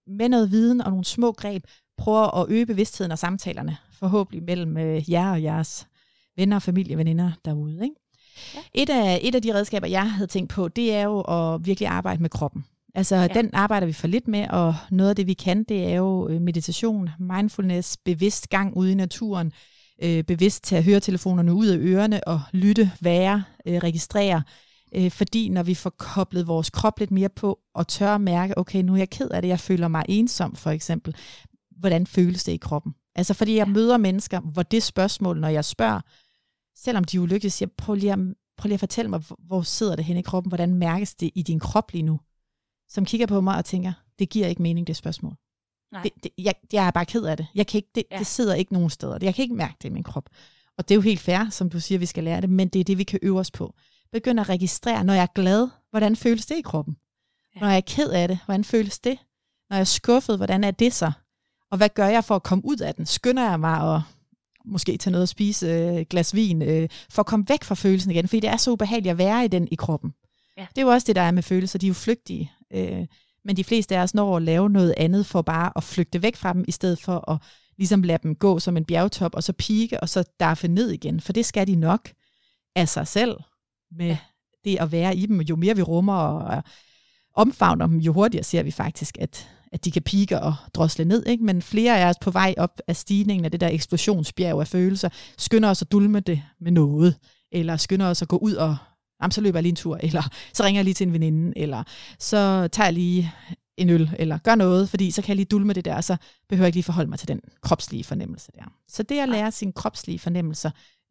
med noget viden og nogle små greb prøver at øge bevidstheden og samtalerne, forhåbentlig mellem øh, jer og jeres venner og familie, veninder derude. Ikke? Ja. Et, af, et af de redskaber, jeg havde tænkt på, det er jo at virkelig arbejde med kroppen. Altså, ja. Den arbejder vi for lidt med, og noget af det, vi kan, det er jo meditation, mindfulness, bevidst gang ude i naturen, øh, bevidst tage høretelefonerne ud af ørerne og lytte, være, øh, registrere. Øh, fordi når vi får koblet vores krop lidt mere på, og tør at mærke, okay, nu er jeg ked af det, jeg føler mig ensom, for eksempel. Hvordan føles det i kroppen? Altså, fordi jeg møder mennesker, hvor det spørgsmål, når jeg spørger, selvom de er ulykkelige, siger, prøv lige, at, prøv lige at fortælle mig, hvor sidder det hen i kroppen? Hvordan mærkes det i din krop lige nu? Som kigger på mig og tænker, det giver ikke mening, det spørgsmål. Nej. Det, det, jeg, jeg er bare ked af det. Jeg kan ikke, det, ja. det sidder ikke nogen steder. Jeg kan ikke mærke det i min krop. Og det er jo helt fair, som du siger, vi skal lære det, men det er det, vi kan øve os på. Begynd at registrere, når jeg er glad, hvordan føles det i kroppen? Ja. Når jeg er ked af det, hvordan føles det? Når jeg er skuffet, hvordan er det så? Og hvad gør jeg for at komme ud af den? Skynder jeg mig at måske tage noget at spise, øh, glas vin, øh, for at komme væk fra følelsen igen? Fordi det er så ubehageligt at være i den i kroppen. Ja. Det er jo også det, der er med følelser. De er jo flygtige. Øh, men de fleste af os når at lave noget andet for bare at flygte væk fra dem, i stedet for at ligesom lade dem gå som en bjergtop, og så pike, og så daffe ned igen. For det skal de nok af sig selv med ja. det at være i dem. Jo mere vi rummer og omfavner dem, jo hurtigere ser vi faktisk, at, at de kan pike og drosle ned. Ikke? Men flere af os på vej op af stigningen af det der eksplosionsbjerg af følelser, skynder os at dulme det med noget, eller skynder os at gå ud og jamen, så løber jeg lige en tur, eller så ringer jeg lige til en veninde, eller så tager jeg lige en øl, eller gør noget, fordi så kan jeg lige dulme det der, og så behøver jeg ikke lige forholde mig til den kropslige fornemmelse der. Så det at lære sine kropslige fornemmelser,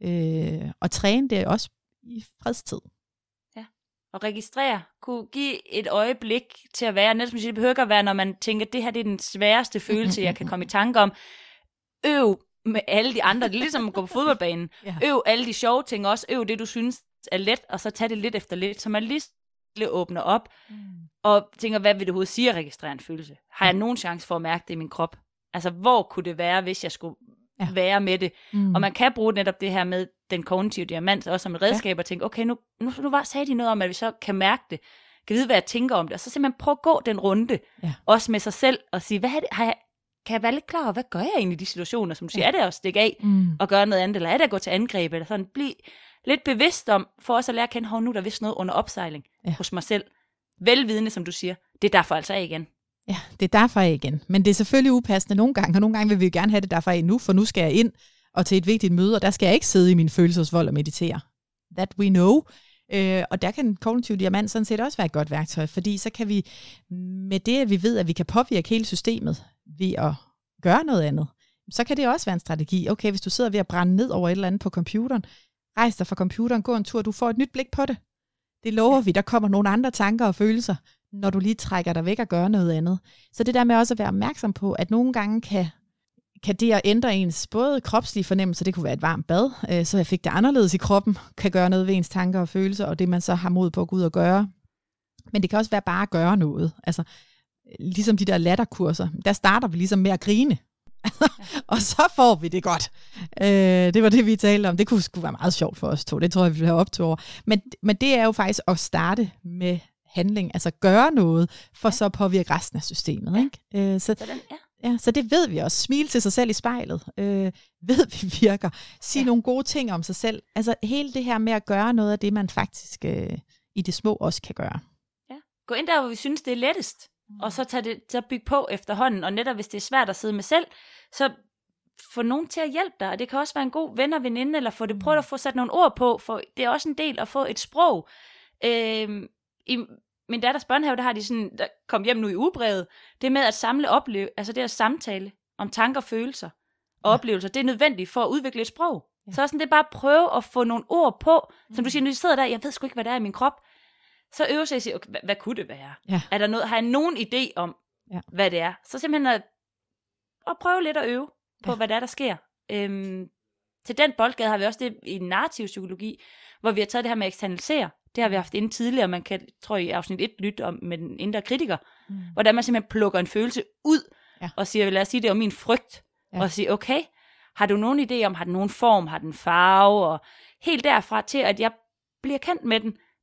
øh, og træne det også i fredstid. Ja, og registrere, kunne give et øjeblik til at være, netop som siger, det behøver ikke at være, når man tænker, det her det er den sværeste følelse, jeg kan komme i tanke om. Øv med alle de andre, det er ligesom at gå på fodboldbanen. Ja. Øv alle de sjove ting også, øv det, du synes er let, og så tage det lidt efter lidt, så man lige åbner op, mm. og tænker, hvad vil det overhovedet sige at registrere en følelse? Har jeg nogen chance for at mærke det i min krop? Altså, hvor kunne det være, hvis jeg skulle ja. være med det? Mm. Og man kan bruge netop det her med den kognitive diamant, også som et redskab, ja. og tænke, okay, nu, nu, nu var, sagde de noget om, at vi så kan mærke det, kan vide, hvad jeg tænker om det, og så simpelthen prøve at gå den runde, ja. også med sig selv, og sige, hvad er det, har jeg, kan jeg være lidt klar over, hvad gør jeg egentlig i de situationer, som du siger, ja. er det at stikke af, mm. og gøre noget andet, eller er det at gå til angreb, eller sådan, blive lidt bevidst om, for os at lære at kende, hov, nu er der vist noget under opsejling ja. hos mig selv. Velvidende, som du siger, det er derfor altså af igen. Ja, det er derfor af igen. Men det er selvfølgelig upassende nogle gange, og nogle gange vil vi jo gerne have det derfor af nu, for nu skal jeg ind og til et vigtigt møde, og der skal jeg ikke sidde i min følelsesvold og meditere. That we know. Øh, og der kan kognitiv diamant sådan set også være et godt værktøj, fordi så kan vi, med det at vi ved, at vi kan påvirke hele systemet ved at gøre noget andet, så kan det også være en strategi. Okay, hvis du sidder ved at brænde ned over et eller andet på computeren, rejs dig fra computeren, gå en tur, du får et nyt blik på det. Det lover ja. vi, der kommer nogle andre tanker og følelser, når du lige trækker dig væk og gør noget andet. Så det der med også at være opmærksom på, at nogle gange kan, kan det at ændre ens både kropslige fornemmelse, det kunne være et varmt bad, øh, så jeg fik det anderledes i kroppen, kan gøre noget ved ens tanker og følelser, og det man så har mod på at gå ud og gøre. Men det kan også være bare at gøre noget. Altså, ligesom de der latterkurser, der starter vi ligesom med at grine. og så får vi det godt. Øh, det var det, vi talte om. Det kunne sgu være meget sjovt for os to. Det tror jeg, vi vil have op til over. Men, men det er jo faktisk at starte med handling. Altså gøre noget, for ja. så at påvirke resten af systemet. Ja. Ikke? Øh, så, Sådan, ja. Ja, så det ved vi også. Smil til sig selv i spejlet. Øh, ved vi virker. Sig ja. nogle gode ting om sig selv. Altså hele det her med at gøre noget af det, man faktisk øh, i det små også kan gøre. Ja. Gå ind der, hvor vi synes, det er lettest. Og så tage det, så bygge på efterhånden, og netop hvis det er svært at sidde med selv, så få nogen til at hjælpe dig, og det kan også være en god ven og veninde, eller få det, prøv at få sat nogle ord på, for det er også en del at få et sprog. Øh, I min datters børnehave, der har de sådan, der kom hjem nu i ugebrevet, det med at samle opleve, altså det at samtale om tanker, følelser og ja. oplevelser, det er nødvendigt for at udvikle et sprog. Ja. Så sådan det er bare at prøve at få nogle ord på, som du siger, når de sidder der, jeg ved sgu ikke, hvad der er i min krop, så øver sig og siger, okay, hvad, hvad kunne det være? Ja. Er der noget, har jeg nogen idé om, ja. hvad det er? Så simpelthen at, at prøve lidt at øve på, ja. hvad der er, der sker. Øhm, til den boldgade har vi også det i narrativ psykologi, hvor vi har taget det her med at eksternalisere. Det har vi haft inden tidligere, man kan, tror jeg, i afsnit et lytte om med den indre kritiker, mm. hvordan man simpelthen plukker en følelse ud, ja. og siger, lad os sige, det er min frygt, ja. og sige, okay, har du nogen idé om, har den nogen form, har den farve, og helt derfra til, at jeg bliver kendt med den,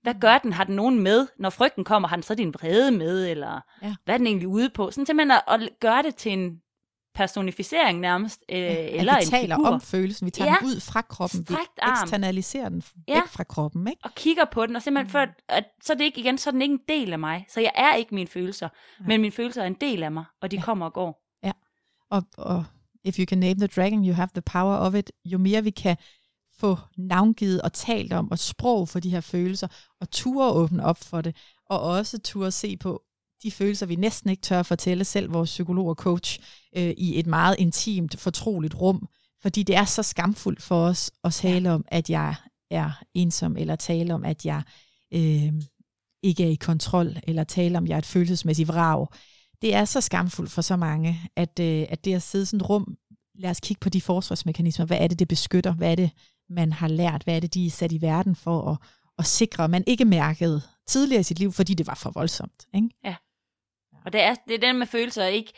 Hvad gør den? Har den nogen med? Når frygten kommer, har den så din vrede med? Eller ja. Hvad er den egentlig ude på? Sådan simpelthen at, at gøre det til en personificering nærmest. Øh, ja, eller vi taler en om følelsen. Vi tager ja. den ud fra kroppen. Vi eksternaliserer den ja. væk fra kroppen. Ikke? Og kigger på den. Og simpelthen for, at, så er det ikke igen, så er den ikke en del af mig. Så jeg er ikke mine følelser. Ja. Men mine følelser er en del af mig. Og de ja. kommer og går. Ja. Og, og if you can name the dragon, you have the power of it. Jo mere vi kan få navngivet og talt om, og sprog for de her følelser, og ture åbne op for det, og også ture se på de følelser, vi næsten ikke tør fortælle selv, vores psykolog og coach, øh, i et meget intimt, fortroligt rum, fordi det er så skamfuldt for os at tale om, at jeg er ensom, eller tale om, at jeg øh, ikke er i kontrol, eller tale om, at jeg er et følelsesmæssigt vrag. Det er så skamfuldt for så mange, at, øh, at det at sidde i sådan et rum, lad os kigge på de forsvarsmekanismer, hvad er det, det beskytter, hvad er det, man har lært, hvad er det, de er sat i verden for at, at sikre, at man ikke mærkede tidligere i sit liv, fordi det var for voldsomt. Ikke? Ja, og det er, det er den med følelser, ikke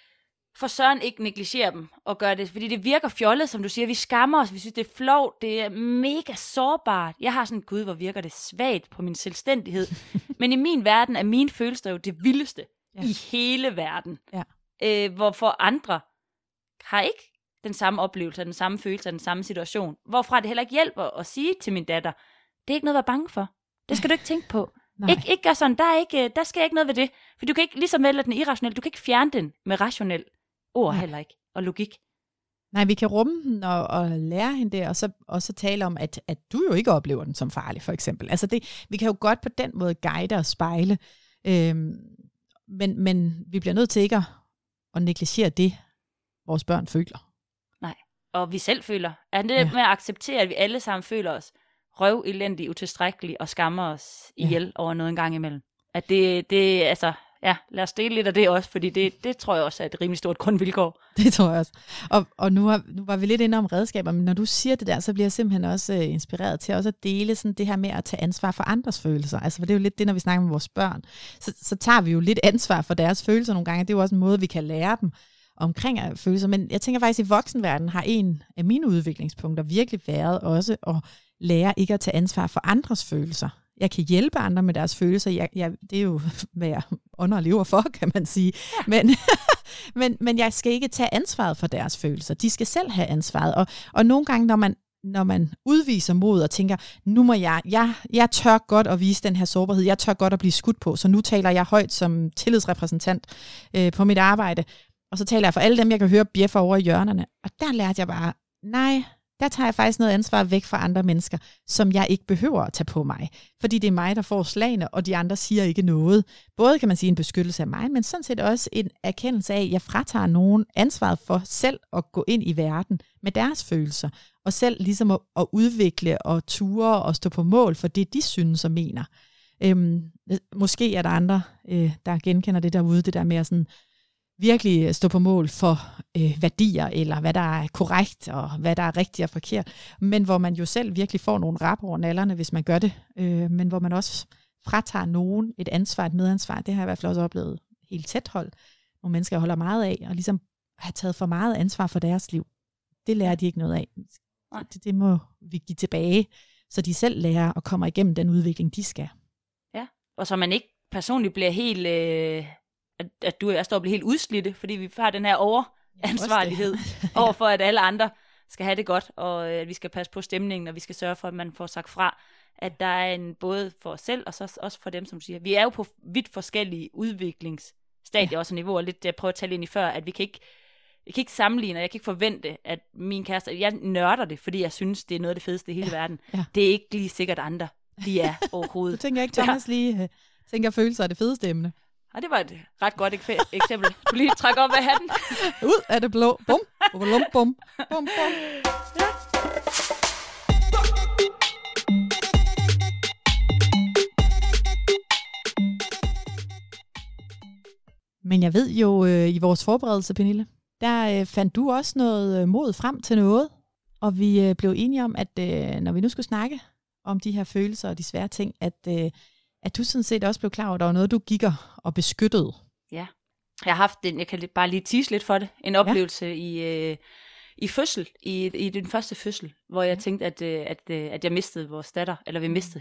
for søren ikke negligere dem og gøre det, fordi det virker fjollet, som du siger, vi skammer os, vi synes, det er flovt, det er mega sårbart. Jeg har sådan, gud, hvor virker det svagt på min selvstændighed. Men i min verden er mine følelser jo det vildeste ja. i hele verden. Ja. Øh, hvorfor andre har ikke den samme oplevelse, den samme følelse, den samme situation. Hvorfra det heller ikke hjælper at sige til min datter, det er ikke noget at være bange for. Det skal du ikke tænke på. Ik- ikke gør sådan, der, er ikke, der sker ikke noget ved det. For du kan ikke, ligesom vælge den irrationelle, du kan ikke fjerne den med rationel ord Nej. heller ikke, og logik. Nej, vi kan rumme den og, og lære hende det, og så, og så tale om, at, at du jo ikke oplever den som farlig, for eksempel. Altså det, vi kan jo godt på den måde guide og spejle, øhm, men, men vi bliver nødt til ikke at, at negligere det, vores børn føler. Nej, og vi selv føler. Er det ja. med at acceptere, at vi alle sammen føler os røv, elendige, utilstrækkelige og skammer os ihjel ja. over noget en gang imellem? At det, det altså, ja, lad os dele lidt af det også, fordi det, det tror jeg også er et rimelig stort grundvilkår. Det tror jeg også. Og, og nu, har, nu var vi lidt inde om redskaber, men når du siger det der, så bliver jeg simpelthen også uh, inspireret til også at dele sådan det her med at tage ansvar for andres følelser. Altså, for det er jo lidt det, når vi snakker med vores børn, så, så tager vi jo lidt ansvar for deres følelser nogle gange. Det er jo også en måde, vi kan lære dem omkring følelser. Men jeg tænker faktisk, at i voksenverdenen har en af mine udviklingspunkter virkelig været også at lære ikke at tage ansvar for andres følelser. Jeg kan hjælpe andre med deres følelser. Jeg, jeg, det er jo, hvad jeg ånder og lever for, kan man sige. Ja. Men, men, men jeg skal ikke tage ansvaret for deres følelser. De skal selv have ansvaret. Og, og nogle gange, når man, når man udviser mod og tænker, nu må jeg, jeg, jeg tør godt at vise den her sårbarhed. Jeg tør godt at blive skudt på. Så nu taler jeg højt som tillidsrepræsentant øh, på mit arbejde. Og så taler jeg for alle dem, jeg kan høre bjeffer over i hjørnerne. Og der lærte jeg bare, nej, der tager jeg faktisk noget ansvar væk fra andre mennesker, som jeg ikke behøver at tage på mig. Fordi det er mig, der får slagene, og de andre siger ikke noget. Både kan man sige en beskyttelse af mig, men sådan set også en erkendelse af, at jeg fratager nogen ansvaret for selv at gå ind i verden med deres følelser. Og selv ligesom at, at udvikle og ture og stå på mål for det, de synes og mener. Øhm, måske er der andre, øh, der genkender det derude, det der med at sådan virkelig stå på mål for øh, værdier, eller hvad der er korrekt, og hvad der er rigtigt og forkert, men hvor man jo selv virkelig får nogle rap over nallerne, hvis man gør det, øh, men hvor man også fratager nogen et ansvar, et medansvar. Det har jeg i hvert fald også oplevet helt tæt hold. Nogle mennesker, jeg holder meget af, og ligesom har taget for meget ansvar for deres liv. Det lærer de ikke noget af. Det, det må vi give tilbage, så de selv lærer og kommer igennem den udvikling, de skal. Ja, og så man ikke personligt bliver helt... Øh At, at du og jeg står og bliver helt udslidte, fordi vi har den her overansvarlighed ja, overfor, at alle andre skal have det godt, og at vi skal passe på stemningen, og vi skal sørge for, at man får sagt fra, at der er en både for os selv, og så også for dem, som siger. Vi er jo på vidt forskellige udviklingsstadier ja. også, og niveauer, lidt det jeg prøver at tale ind i før, at vi kan ikke, vi kan ikke sammenligne, og jeg kan ikke forvente, at min kæreste, jeg nørder det, fordi jeg synes, det er noget af det fedeste i hele ja. verden. Ja. Det er ikke lige sikkert andre, de er overhovedet. Du tænker ikke, Thomas lige uh, tænker, at følelser er det fedeste emne. Og det var et ret godt ek- eksempel. Du lige trække op af hatten. Ud af det blå. Bum, bum, bum, bum, bum. Ja. Men jeg ved jo, øh, i vores forberedelse, Pernille, der øh, fandt du også noget øh, mod frem til noget. Og vi øh, blev enige om, at øh, når vi nu skulle snakke om de her følelser og de svære ting, at... Øh, at du sådan set også blev klar over, at der var noget, du gik og beskyttede. Ja, jeg har haft en, jeg kan bare lige tease lidt for det, en oplevelse ja. i, øh, i fødsel, i, i den første fødsel, hvor jeg tænkte, at, at, at jeg mistede vores datter, eller vi mistede hende.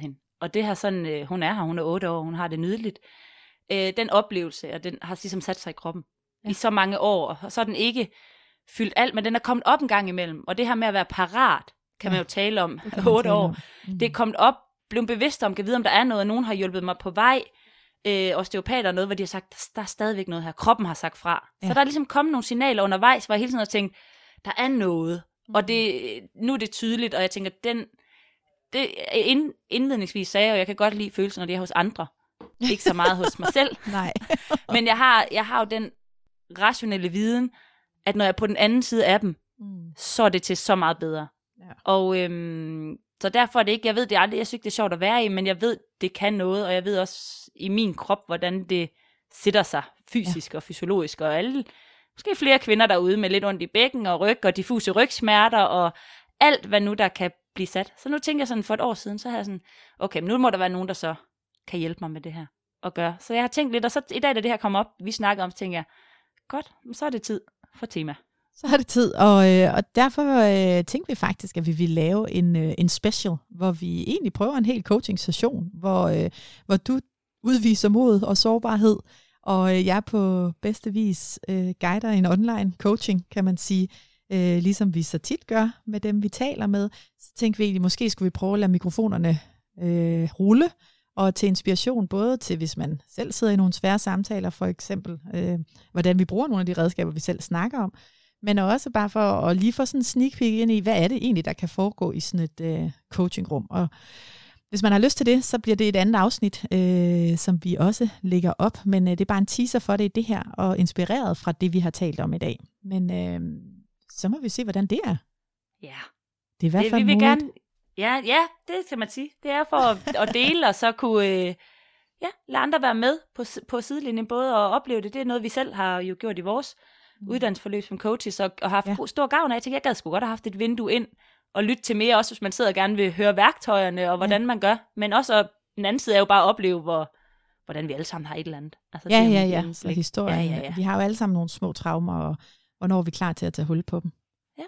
og det har sådan, øh, hun er her, hun er otte år, hun har det nydeligt. Øh, den oplevelse, og den har ligesom sat sig i kroppen ja. i så mange år, og så er den ikke fyldt alt, men den er kommet op en gang imellem, og det her med at være parat, kan ja. man jo tale om, otte år, mm. det er kommet op, blevet bevidst om, kan vide, om der er noget, og nogen har hjulpet mig på vej, øh, osteopater og noget, hvor de har sagt, der er stadigvæk noget her, kroppen har sagt fra. Ja. Så der er ligesom kommet nogle signaler undervejs, hvor jeg hele tiden har tænkt, der er noget, mm. og det, nu er det tydeligt, og jeg tænker, den, det ind, indledningsvis sagde jeg, og jeg kan godt lide følelsen, når det er hos andre, ikke så meget hos mig selv, Nej. men jeg har, jeg har jo den rationelle viden, at når jeg er på den anden side af dem, mm. så er det til så meget bedre. Ja. Og øhm, så derfor er det ikke, jeg ved det aldrig, jeg synes det er sjovt at være i, men jeg ved, det kan noget, og jeg ved også i min krop, hvordan det sætter sig fysisk ja. og fysiologisk, og alle, måske flere kvinder derude med lidt ondt i bækken og ryg, og diffuse rygsmerter, og alt, hvad nu der kan blive sat. Så nu tænker jeg sådan, for et år siden, så har jeg sådan, okay, men nu må der være nogen, der så kan hjælpe mig med det her, og gøre. Så jeg har tænkt lidt, og så i dag, da det her kom op, vi snakker om, så tænker jeg, godt, så er det tid for tema. Så er det tid, og, øh, og derfor øh, tænkte vi faktisk, at vi ville lave en, øh, en special, hvor vi egentlig prøver en hel coaching-session, hvor, øh, hvor du udviser mod og sårbarhed, og øh, jeg på bedste vis øh, guider en online coaching, kan man sige, øh, ligesom vi så tit gør med dem, vi taler med. Så tænkte vi egentlig, måske skulle vi prøve at lade mikrofonerne øh, rulle, og til inspiration både til, hvis man selv sidder i nogle svære samtaler, for eksempel, øh, hvordan vi bruger nogle af de redskaber, vi selv snakker om, men også bare for at lige få sådan en sneak peek ind i, hvad er det egentlig, der kan foregå i sådan et øh, coachingrum. Og hvis man har lyst til det, så bliver det et andet afsnit, øh, som vi også lægger op, men øh, det er bare en teaser for det, det her, og inspireret fra det, vi har talt om i dag. Men øh, så må vi se, hvordan det er. Ja. Det er i hvert fald det, vi vil muligt. gerne, ja, ja, det kan man sige. Det er for at, at dele, og så kunne øh, ja, lade andre være med på, på sidelinjen, både at opleve det. Det er noget, vi selv har jo gjort i vores uddannelsesforløb som coaches, og, og haft ja. stor gavn af. Jeg tænkte, jeg gad sgu godt have haft et vindue ind, og lytte til mere, også hvis man sidder og gerne vil høre værktøjerne, og hvordan ja. man gør. Men også, at den anden side er jo bare at opleve, hvor, hvordan vi alle sammen har et eller andet. Altså, ja, ja, ja, og historien. Ja, ja, ja. Vi har jo alle sammen nogle små traumer, og hvornår er vi klar til at tage hul på dem. Ja.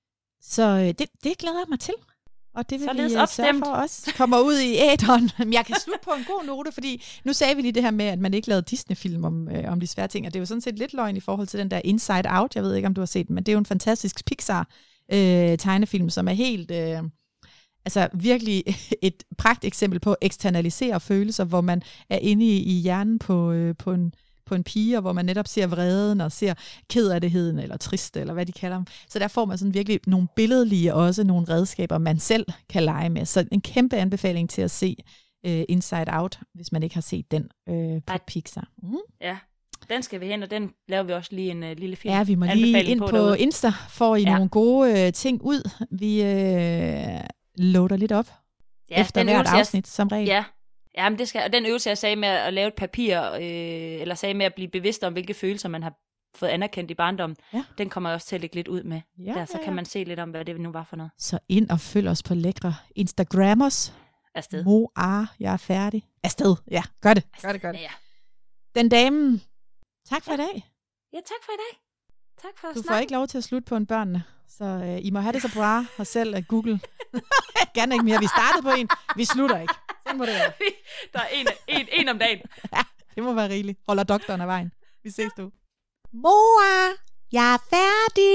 Så det, det glæder jeg mig til. Og det vil Således vi opstemt. sørge for os kommer ud i æteren. Men jeg kan slutte på en god note, fordi nu sagde vi lige det her med, at man ikke lavede Disney-film om, øh, om de svære ting, og det er jo sådan set lidt løgn i forhold til den der Inside Out. Jeg ved ikke, om du har set den, men det er jo en fantastisk Pixar-tegnefilm, øh, som er helt, øh, altså virkelig et pragteksempel på at eksternalisere følelser, hvor man er inde i, i hjernen på, øh, på en på en pige, hvor man netop ser vreden og ser kederligheden eller triste, eller hvad de kalder dem. Så der får man sådan virkelig nogle billedlige også, nogle redskaber, man selv kan lege med. Så en kæmpe anbefaling til at se uh, Inside Out, hvis man ikke har set den uh, på Pixar. Mm. Ja, den skal vi hen, og den laver vi også lige en uh, lille film. Ja, vi må lige ind på, på Insta, får I ja. nogle gode uh, ting ud. Vi uh, loader lidt op ja, efter hvert afsnit, jeg... som regel. Ja. Ja, men det skal, og den øvelse, jeg sagde med at lave et papir, øh, eller sagde med at blive bevidst om, hvilke følelser man har fået anerkendt i barndommen, ja. den kommer jeg også til at lægge lidt ud med. Ja, der, så ja, ja. kan man se lidt om, hvad det nu var for noget. Så ind og følg os på lækre Instagrammers. Afsted. Moa, jeg er færdig. Afsted, ja, gør det. Afsted. Gør det, gør det. Ja. Den dame, tak for ja. i dag. Ja, tak for i dag. Tak for at Du snakke. får ikke lov til at slutte på en børnene, så øh, I må have det så bra og selv at Google. Gerne ikke mere. Vi startede på en, vi slutter ikke. Sådan må det være. Der er en, en, en om dagen. Ja, det må være rigeligt. Holder doktoren af vejen. Vi ses du. Moa, jeg er færdig.